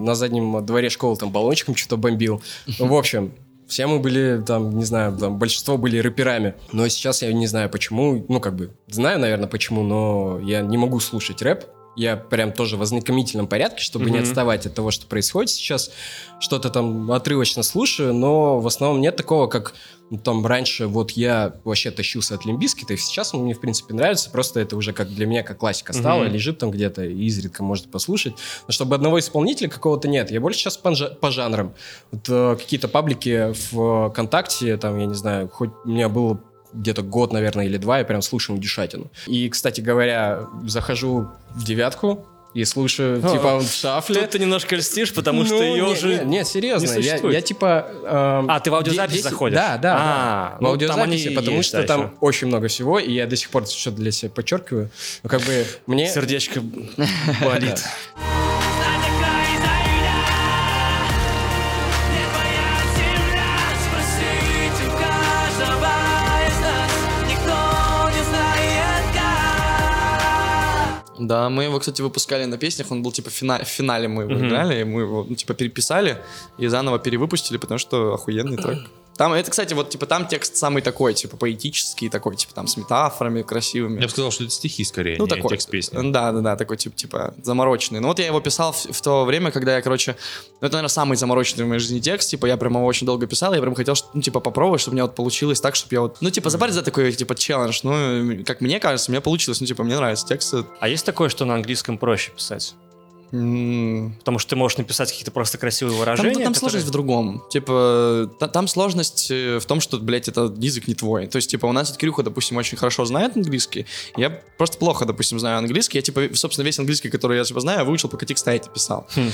на заднем дворе школы там баллончиком что-то бомбил. В общем, все мы были там, не знаю, там большинство были рэперами. Но сейчас я не знаю почему, ну как бы знаю, наверное, почему, но я не могу слушать рэп. Я прям тоже в ознакомительном порядке, чтобы mm-hmm. не отставать от того, что происходит сейчас. Что-то там отрывочно слушаю, но в основном нет такого, как ну, там раньше вот я вообще тащился от Limp Bizkit, и сейчас он мне, в принципе, нравится. Просто это уже как для меня как классика стала, mm-hmm. лежит там где-то, и изредка можно послушать. Но чтобы одного исполнителя какого-то нет. Я больше сейчас по, по жанрам. Вот, э, какие-то паблики в ВКонтакте, там, я не знаю, хоть у меня было где-то год, наверное, или два, я прям слушаю индюшатину. И, кстати говоря, захожу в девятку и слушаю, О, типа, в шафле. Тут ты немножко льстишь, потому ну, что ее не, уже Нет, нет серьезно, не я, я типа... Э, а, ты в аудиозапись десять, заходишь? Да, да, а, да. Ну, в аудиозаписи, потому есть, что да, там еще. очень много всего, и я до сих пор что-то для себя подчеркиваю. Но как бы мне... Сердечко болит. Да, мы его, кстати, выпускали на песнях, он был, типа, в финале, в финале мы его mm-hmm. играли, и мы его, ну, типа, переписали и заново перевыпустили, потому что охуенный трек. Там, это, кстати, вот, типа, там текст самый такой, типа, поэтический, такой, типа, там, с метафорами красивыми. Я бы сказал, что это стихи, скорее, ну, не такой, текст песни. Да-да-да, такой, типа, типа, замороченный. Ну, вот я его писал в, в то время, когда я, короче, ну, это, наверное, самый замороченный в моей жизни текст, типа, я прям его очень долго писал, я прям хотел, ну, типа, попробовать, чтобы у меня вот получилось так, чтобы я вот, ну, типа, запарить за такой, типа, челлендж, ну, как мне кажется, у меня получилось, ну, типа, мне нравится тексты. А есть такое, что на английском проще писать? Mm. Потому что ты можешь написать какие-то просто красивые выражения. Там, там которые... сложность в другом. Типа, та, там сложность в том, что, блядь, это язык не твой. То есть, типа, у нас вот Кирюха, допустим, очень хорошо знает английский. Я просто плохо, допустим, знаю английский. Я, типа, собственно, весь английский, который я, типа, знаю, я выучил, пока текст эти писал. Hmm.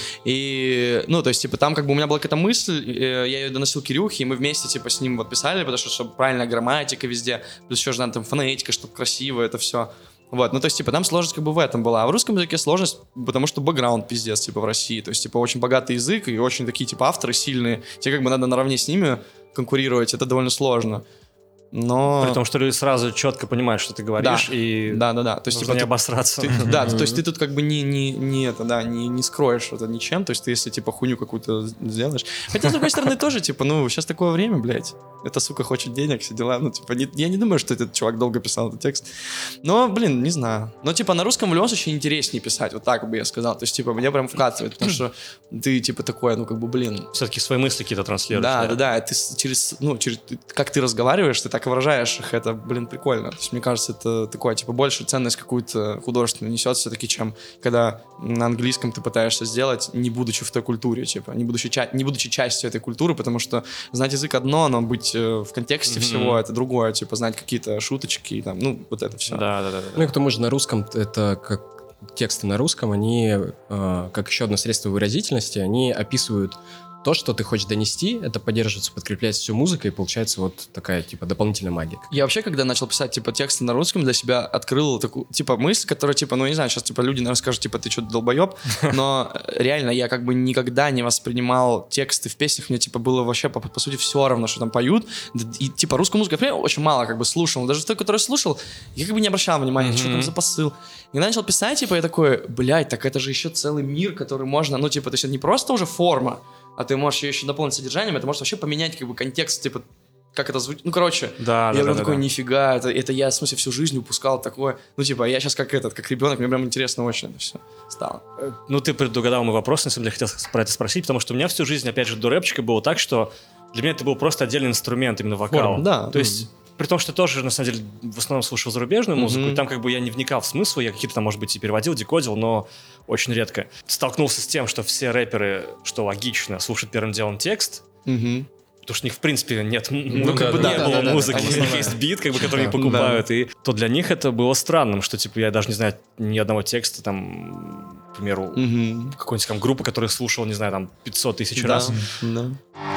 И, ну, то есть, типа, там, как бы, у меня была какая-то мысль, я ее доносил Кирюхе, и мы вместе, типа, с ним вот писали, потому что, чтобы правильная грамматика везде, плюс еще же надо там фонетика, чтобы красиво это все. Вот, ну то есть, типа, там сложность как бы в этом была, а в русском языке сложность, потому что бэкграунд пиздец, типа, в России, то есть, типа, очень богатый язык и очень такие, типа, авторы сильные, тебе как бы надо наравне с ними конкурировать, это довольно сложно. Но... При том, что люди сразу четко понимают, что ты говоришь, да. и да, да, да. То есть, нужно типа, не ты, обосраться. Ты, да, то есть ты тут как бы не, не, не это, да, не, не скроешь это ничем, то есть ты если типа хуйню какую-то сделаешь. Хотя, с другой стороны, тоже, типа, ну, сейчас такое время, блядь. Эта сука хочет денег, все дела. Ну, типа, не, я не думаю, что этот чувак долго писал этот текст. Но, блин, не знаю. Но, типа, на русском в любом случае интереснее писать, вот так бы я сказал. То есть, типа, мне прям вкатывает, потому что ты, типа, такой, ну, как бы, блин. Все-таки свои мысли какие-то транслируешь. Да, да, да, да. Ты через, ну, через, как ты разговариваешь, ты так и выражаешь их. Это, блин, прикольно. То есть, мне кажется, это такое, типа, больше ценность какую-то художественную несет все-таки, чем когда на английском ты пытаешься сделать, не будучи в той культуре, типа, не будучи, ча- не будучи частью этой культуры, потому что знать язык одно, но быть э, в контексте mm-hmm. всего это другое, типа, знать какие-то шуточки, там, ну, вот это все. Да, да, да, да. Ну и к тому же на русском это как тексты на русском, они, э, как еще одно средство выразительности, они описывают то, что ты хочешь донести, это поддерживается, подкрепляется все музыкой, и получается вот такая, типа, дополнительная магия. Я вообще, когда начал писать, типа, тексты на русском, для себя открыл такую, типа, мысль, которая, типа, ну, не знаю, сейчас, типа, люди, наверное, скажут, типа, ты что-то долбоеб, но реально я, как бы, никогда не воспринимал тексты в песнях, мне, типа, было вообще, по, по сути, все равно, что там поют, и, типа, русскую музыку я очень мало, как бы, слушал, даже в той, которую слушал, я, как бы, не обращал внимания, mm-hmm. что там за посыл. И начал писать, типа, я такой, блядь, так это же еще целый мир, который можно, ну, типа, то есть это не просто уже форма, а ты можешь ее еще дополнить содержанием, это может вообще поменять, как бы, контекст, типа, как это звучит. Ну, короче, да, я да, прям да, такой, да. нифига, это, это я, в смысле, всю жизнь упускал такое. Ну, типа, я сейчас как этот, как ребенок, мне прям интересно очень это все стало. Ну, ты предугадал мой вопрос, на самом деле, хотел про это спросить, потому что у меня всю жизнь, опять же, до рэпчика было так, что для меня это был просто отдельный инструмент, именно вокал. Форма, да. То есть... При том, что тоже, на самом деле, в основном слушал зарубежную музыку, mm-hmm. и там как бы я не вникал в смысл, я какие-то там, может быть, и переводил, декодил, но очень редко. Столкнулся с тем, что все рэперы, что логично, слушают первым делом текст, mm-hmm. потому что у них, в принципе, нет, ну, как да, бы, да, не да, было да, музыки, да, у них есть бит, как бы, который они покупают, и то для них это было странным, что, типа, я даже не знаю ни одного текста, там, к примеру, mm-hmm. какой-нибудь там группы, которую слушал, не знаю, там, пятьсот тысяч да, раз. Да.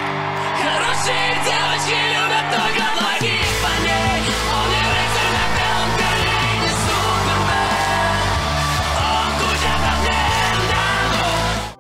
Хорошие девочки любят только благих парней. Он не рыцарь на белом коне, не Супермен. Он куча проблем, да,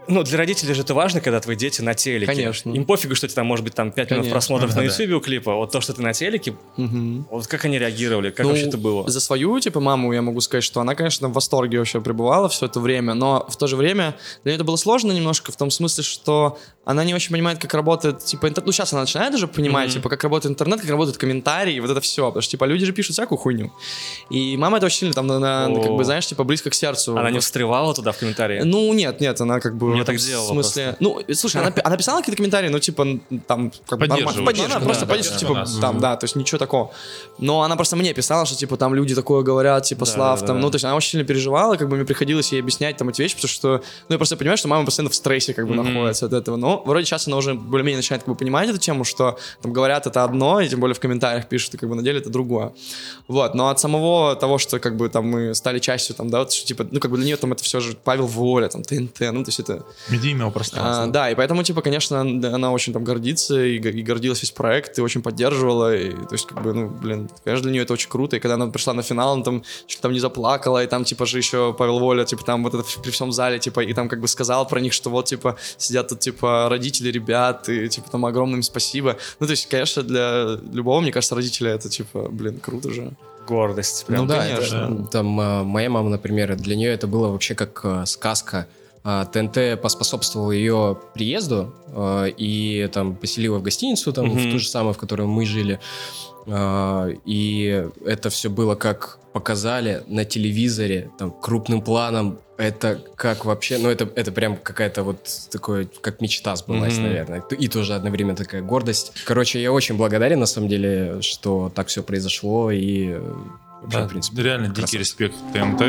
ну, для родителей же это важно, когда твои дети на телеке. Конечно. Им пофигу, что у тебя там может быть там пять минут Конечно. просмотров Да, на да. ютубе у клипа. Вот то, что ты на телеке, Мгм. вот как они реагировали, как Ну, вообще это было? За свою, типа, маму я могу сказать, что она, конечно, в восторге вообще пребывала все это время, но в то же время для нее это было сложно немножко в том смысле, что она не очень понимает, как работает, типа, интернет. Ну, сейчас она начинает уже понимать, Мгм. типа, как работает интернет, как работают комментарии, и вот это все, потому что, типа, люди же пишут всякую хуйню. И мама это очень сильно там, на, на- О. как бы, знаешь, типа, близко к сердцу. Она не встревала туда в комментарии? Ну, нет, нет, она как бы... У в неё этом так делала смысле... Ну, слушай, она, пи- она писала какие-то комментарии, ну, типа, н- там... Как бы нормально. Поддерживающие, Поддерживает, она да, просто да, поддерживает, да, типа, нас. там, да, то есть ничего такого. Но она просто мне писала, что, типа, там люди такое говорят, типа, Да, Слав, да, там, да. ну, то есть она очень сильно переживала, как бы мне приходилось ей объяснять там эти вещи, потому что, ну, я просто понимаю, что мама постоянно в стрессе, как бы, Мгм. находится от этого. Но вроде сейчас она уже более-менее начинает, как бы, понимать эту тему, что там говорят это одно, и тем более в комментариях пишут, и, как бы, на деле это другое. Вот, но от самого того, что, как бы, там, мы стали частью, там, да, вот, что, типа, ну, как бы, для нее там это все же Павел Воля, там, ТНТ, ну, то есть это... Медийного А, пространства. да, и поэтому, типа, конечно, она она очень там гордится и, г- и гордилась весь проект, и очень поддерживала, и, то есть, как бы, ну, блин, конечно, для нее это очень круто, и когда она пришла на финал, она там чуть ли там не заплакала, и там, типа, же еще Павел Воля, типа, там вот это в- при всем зале, типа, и там, как бы, сказал про них, что вот, типа, сидят тут, типа, родители ребят, и, типа, там, огромное им спасибо. Ну, то есть, конечно, для любого, мне кажется, родителя это, типа, блин, круто же. Гордость. Прям. Ну, да, конечно. это, там а, моя мама, например, для нее это было вообще как а, сказка. А, ТНТ поспособствовал ее приезду а, и там поселила в гостиницу, там, Мгм. в ту же самую, в которой мы жили. А, и это все было как показали на телевизоре, там, крупным планом. Это как вообще, ну это, это прям какая-то вот такое, как мечта сбылась, Мгм. наверное. И тоже одновременно такая гордость. Короче, я очень благодарен, на самом деле, что так все произошло. И э, вообще, Да, в принципе, реально дикий красавцы. респект ТНТ.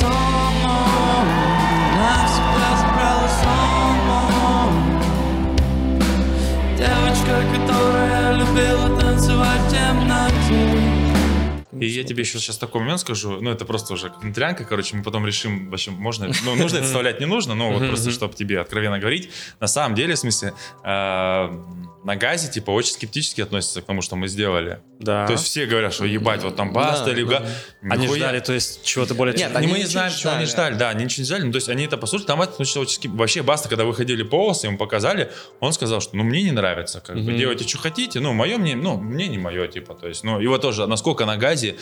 Навсегда забрала сон. Девочка, которая любила танцевать в темноте. И я тебе еще сейчас такой момент скажу, ну это просто уже как внутрянка, короче, мы потом решим, вообще можно, ну нужно это вставлять, не нужно, но вот просто, чтобы тебе откровенно говорить, на самом деле, в смысле, э, на газе, типа, очень скептически относятся к тому, что мы сделали. Да. То есть все говорят, что ебать, вот там Баста Да, или... да. Га- Они Нихуя. ждали, то есть, чего-то более... Нет, Не, они мы не ничего знаем, не чего они ждали. ждали, да, они ничего не ждали, ну, то есть они это послушали, там это относится очень скеп- Вообще Баста, когда выходили полосы, ему показали, он сказал, что, ну, мне не нравится, как бы, Мгм. делайте, что хотите, ну, мое мне, ну, мне не мое, типа, то есть, ну, его тоже, насколько на газе,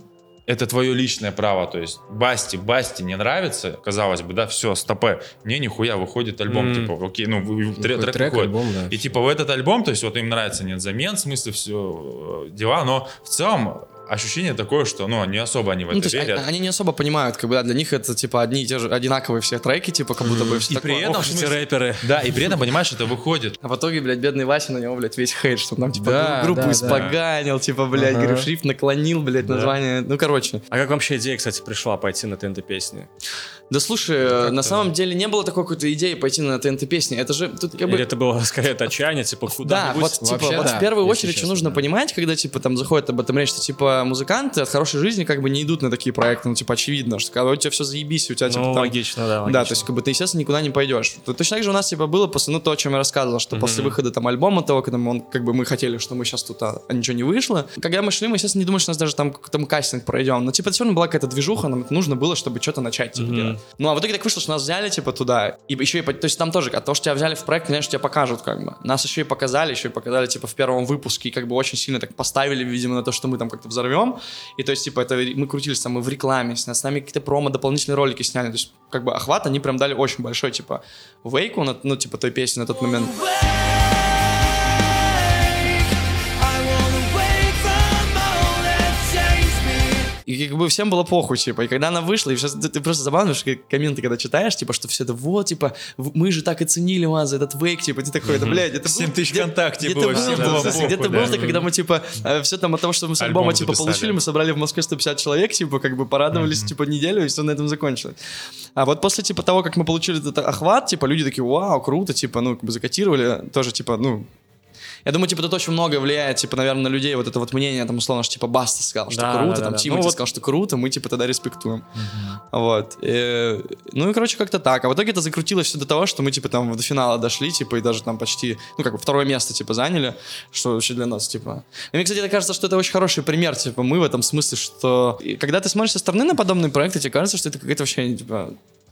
это твое личное право, то есть Басти, Басти не нравится, казалось бы, да, все, стопе, мне нихуя, выходит альбом, Мгм. типа, окей, ну, в- в- трек, Такой трек трек, выходит. альбом, да. И типа в этот альбом, то есть вот им нравится нет замен, в смысле все дела, но в целом ощущение такое, что, ну, не особо они в Ну, это то есть верят. они, они не особо понимают, как бы, да, для них это, типа, одни и те же, одинаковые все треки, типа, как будто бы все И такое. при этом, Ох, в эти смысле- рэперы. Да, и при этом, понимаешь, это выходит. А в итоге, блядь, бедный Вася, на него, блядь, весь хейт, что он нам, типа, Да, группу да, да. испоганил, типа, блядь, Ага. говорю, шрифт наклонил, блядь, название. Ну, короче. А как вообще идея, кстати, пришла пойти на ТНТ песни? Да слушай, э, на самом деле не было такой какой-то идеи пойти на ТНТ песни. Это же тут как бы... Или это было скорее от отчаяния, типа, Да, куда-нибудь? вот, типа, Вообще, вот да, в первую если очередь, что честно, нужно да. понимать, когда, типа, там заходит об этом речь, что, типа, музыканты от хорошей жизни, как бы, не идут на такие проекты, ну, типа, очевидно, что когда у тебя все заебись, у тебя, типа, Ну, там... логично, да, Да, логично. то есть, как бы, ты, естественно, никуда не пойдешь. То- Точно так же у нас, типа, было после, ну, то, о чем я рассказывал, что после выхода, там, альбома того, когда мы, он, как бы, мы хотели, что мы сейчас тут, а, а ничего не вышло. Когда мы шли, мы, естественно, не думали, что нас даже там какой-то кастинг пройдем. Но, типа, все равно была какая-то движуха, нам это нужно было, чтобы что-то начать, типа, Мгм. делать. Ну, а в итоге так вышло, что нас взяли, типа, туда. И еще и, по- то есть, там тоже, от того, что тебя взяли в проект, конечно, тебя покажут, как бы. Нас еще и показали, еще и показали, типа, в первом выпуске, и, как бы, очень сильно так поставили, видимо, на то, что мы там как-то взорвем. И, то есть, типа, это мы крутились там и в рекламе, с с нами какие-то промо, дополнительные ролики сняли. То есть, как бы, охват они прям дали очень большой, типа, вейку, на- ну, типа, той песни на тот момент. И как бы всем было похуй, типа, и когда она вышла, и сейчас ты, ты просто забавно, что комменты, когда читаешь, типа, что все это вот, типа, в- мы же так и ценили вас за этот вейк, типа, ты такой, это, блядь, это семь был- тысяч где- ВКонтакте где-то было, был, всем да, было в смысле, похуй, где-то да. был ты, когда мы, типа, все там от того, что мы с Альбом альбома, типа, записали. получили, мы собрали в Москве сто пятьдесят человек, типа, как бы порадовались, типа, неделю, и все на этом закончилось. А вот после, типа, того, как мы получили этот охват, типа, люди такие, вау, круто, типа, ну, как бы закотировали, тоже, типа, ну, я думаю, типа, тут очень много влияет, типа, наверное, на людей вот это вот мнение, там, условно, что, типа, Баста сказал, что Да, круто, да, там, да. Тимати Ну, вот- сказал, что круто, мы, типа, тогда респектуем. Вот. И, ну и, короче, как-то так. А в итоге это закрутилось все до того, что мы, типа, там, до финала дошли, типа, и даже там почти, ну, как бы, второе место, типа, заняли, что вообще для нас, типа... И мне, кстати, это кажется, что это очень хороший пример, типа, мы в этом смысле, что... И когда ты смотришь со стороны на подобные проекты, тебе кажется, что это какая-то вообще, типа...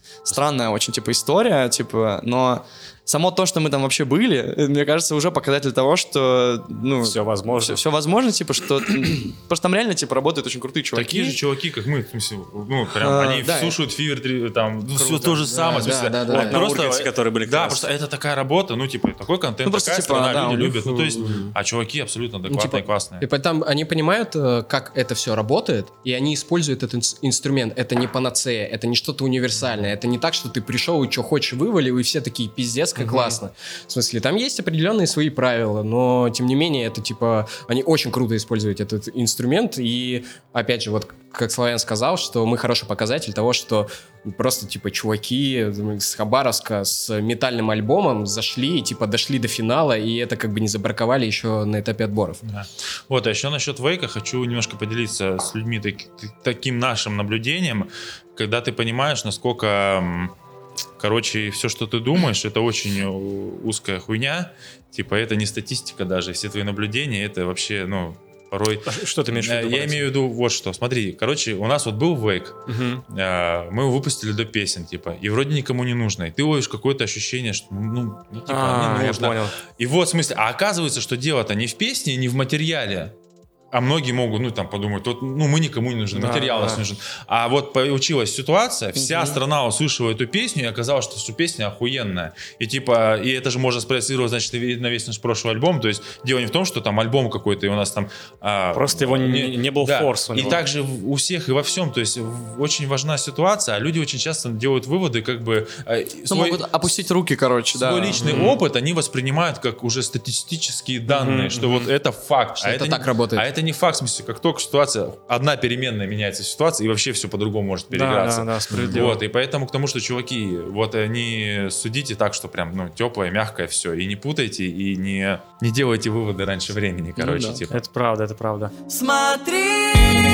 странная очень, типа, история, типа, но само то, что мы там вообще были, мне кажется, уже показатель того, что, ну... Все возможно. Все, все возможно, типа, что... Просто там реально, типа, работают очень крутые чуваки. Такие же чуваки, как мы, в смысле, ну, прям, А, они да. слушают Фивер, там, ну, все то же Да, самое, в да, смысле, да, да, вот да. На просто, Урганте, которые были да, как просто раз. это такая работа, ну, типа, такой контент, Ну, просто, такая типа, страна, да, у люди них, любят, ну, то есть, а чуваки абсолютно Ну, адекватные, типа, классные. И потом они понимают, э, как это все работает, и они используют этот инс- инструмент. Это не панацея, это не что-то универсальное. Это не так, что ты пришел и что хочешь вывалил, и все такие, пиздец, как классно. В смысле, там есть определенные свои правила, но, тем не менее, это типа... Они очень круто используют этот инструмент, и, опять же, вот как Славян сказал, что мы хороший показатель того, что просто, типа, чуваки с Хабаровска с метальным альбомом зашли, и, типа, дошли до финала, и это как бы не забраковали еще на этапе отборов. Да. Вот, а еще насчет Вейка хочу немножко поделиться с людьми так- таким нашим наблюдением, когда ты понимаешь, насколько, м, короче, все, что ты думаешь, это очень у- узкая хуйня, типа это не статистика даже, все твои наблюдения, это вообще, ну, порой... Что ты имеешь в Э, виду? Я Максим? имею в виду вот что. Смотри, короче, у нас вот был Вейк, Мгм. э, мы его выпустили до песен, типа, и вроде никому не нужно, и ты ловишь какое-то ощущение, что, ну, ну, типа, А, не я нужно. понял. И вот, в смысле, а оказывается, что дело-то не в песне, не в материале. А многие могут, ну, там, подумать, вот, ну, мы никому не нужны, Да, материал нас да. нужен. А вот получилась ситуация, вся страна услышала эту песню, и оказалось, что всю песня охуенная. И, типа, и это же можно спроецировать, значит, и на весь наш прошлый альбом. То есть, дело не в том, что там альбом какой-то, и у нас там... а, Просто его не- не был форс у И него. также в- у всех и во всем. То есть, в- очень важна ситуация, а люди очень часто делают выводы, как бы... э, Ну, свой- могут опустить руки, короче, да. свой личный опыт они воспринимают как уже статистические данные, что вот это факт. Что а это не- так работает. А это не факт, в смысле, как только ситуация, одна переменная меняется ситуация, и вообще все по-другому может переиграться. да, да, справедливо. Вот, и поэтому к тому, что, чуваки, вот не судите так, что прям, ну, теплое, мягкое все, и не путайте, и не, не делайте выводы раньше времени, короче, да. типа. Это правда, это правда. Смотри,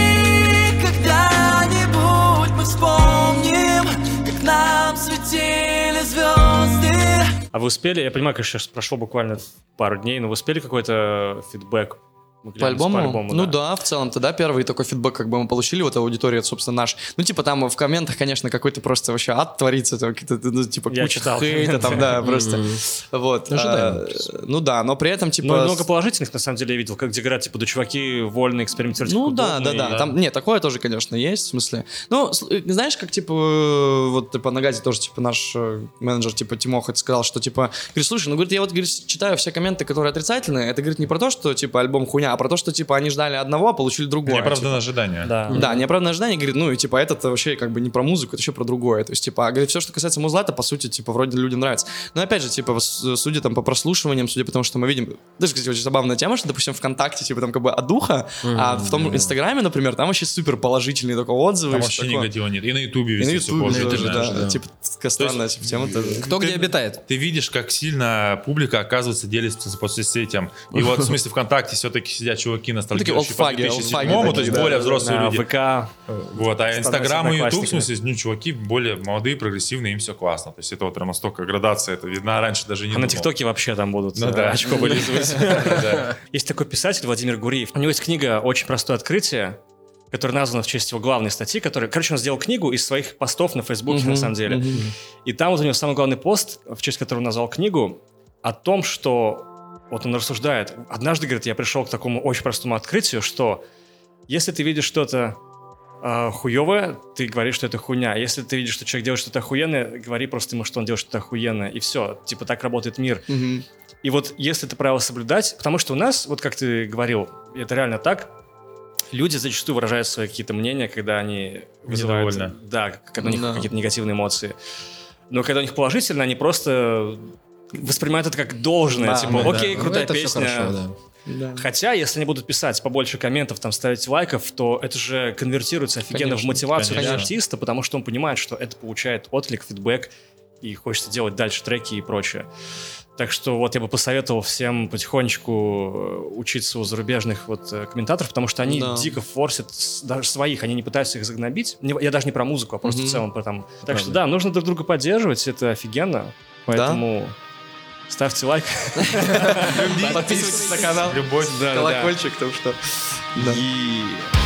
когда-нибудь мы вспомним, как нам светили звезды. А вы успели, я понимаю, конечно, сейчас прошло буквально пару дней, но вы успели какой-то фидбэк По альбому? альбому, Ну да. в целом-то, да, первый такой фидбэк как бы мы получили, вот аудитория, это, собственно, наш. Ну, типа, там в комментах, конечно, какой-то просто вообще ад творится, там, какие-то, ну, типа, Я куча читал хейта, там, да, просто. Вот. Ожидаемо. а, Ну да, но при этом, типа... Ну, с- много положительных, на самом деле, я видел, как где говорят, типа, да чуваки вольно экспериментируют. Ну как да, да, удобно, да, и- там, нет, такое тоже, конечно, есть, в смысле. Ну, с- э, знаешь, как, типа, э, вот, типа, на Газе тоже, типа, наш э, менеджер, типа, Тимоха сказал, что, типа, говорит, слушай, ну, говорит, я вот, говорит, читаю все комменты, которые отрицательные, это, говорит, не про то, что, типа, альбом хуйня, а про то, что, типа, они ждали одного, а получили другое. Неоправданное ожидание. Да. Да, неоправданное ожидание, говорит, ну и типа это вообще как бы не про музыку, это еще про другое. То есть, типа, а, говорит, все, что касается музла, это по сути, типа, вроде людям нравится. Но опять же, типа, с- судя там по прослушиваниям, судя по тому, что мы видим, даже, кстати, очень забавная тема, что, допустим, ВКонтакте, типа, там как бы от духа, а в том Инстаграме, например, там вообще супер положительные только отзывы. Там всё вообще такое. негатива нет. И на Ютубе И на везде все Ютубе тоже, положительно. да, да. типа, такая странная типа, тема тоже. Кто где обитает? Ты видишь, как сильно публика, оказывается, делится по соцсетям. И вот, в смысле, ВКонтакте все-таки сидят чуваки ностальгирующие по олдфаги, две тысячи олдфаги седьмому, то такие, есть да, более да, взрослые На люди. ВК. Вот, а Инстаграм и Ютуб, в одноклассниками. смысле, ну, чуваки более молодые, прогрессивные, им все классно. То есть это вот прям настолько градация, это видно, раньше даже не А на думал. ТикТоке вообще там будут Ну э, да. очко вылизывать. Да. Есть такой писатель Владимир Гуриев. У него есть книга «Очень простое открытие», которая названа в честь его главной статьи, которая... Короче, он сделал книгу из своих постов на Фейсбуке, на самом деле. И там вот у него самый главный пост, в честь которого он назвал книгу, о том, что... Вот он рассуждает. Однажды, говорит, я пришел к такому очень простому открытию, что если ты видишь что-то э, хуевое, ты говоришь, что это хуйня. Если ты видишь, что человек делает что-то охуенное, говори просто ему, что он делает что-то охуенное. И все. Типа так работает мир. Мгм. И вот если это правило соблюдать, потому что у нас, вот как ты говорил, это реально так, люди зачастую выражают свои какие-то мнения, когда они вызывают... Недовольны. Да, когда у них Да. какие-то негативные эмоции. Но когда у них положительно, они просто воспринимают это как должное. Да, типа, да, окей, Ну, крутая это всё песня. хорошо, да. Да. Хотя, если они будут писать побольше комментов, там, ставить лайков, то это же конвертируется офигенно Конечно, в мотивацию для конечно. артиста, потому что он понимает, что это получает отклик, фидбэк, и хочется делать дальше треки и прочее. Так что вот я бы посоветовал всем потихонечку э, учиться у зарубежных вот э, комментаторов, потому что они Да. дико форсят с- даже своих, они не пытаются их загнобить. Не- Я даже не про музыку, а просто Мгм. в целом про там. Так что да, нужно друг друга поддерживать, это офигенно. Поэтому ставьте лайк. Подписывайтесь на канал. Любовь. Да, да, да. Колокольчик, там что. Да. И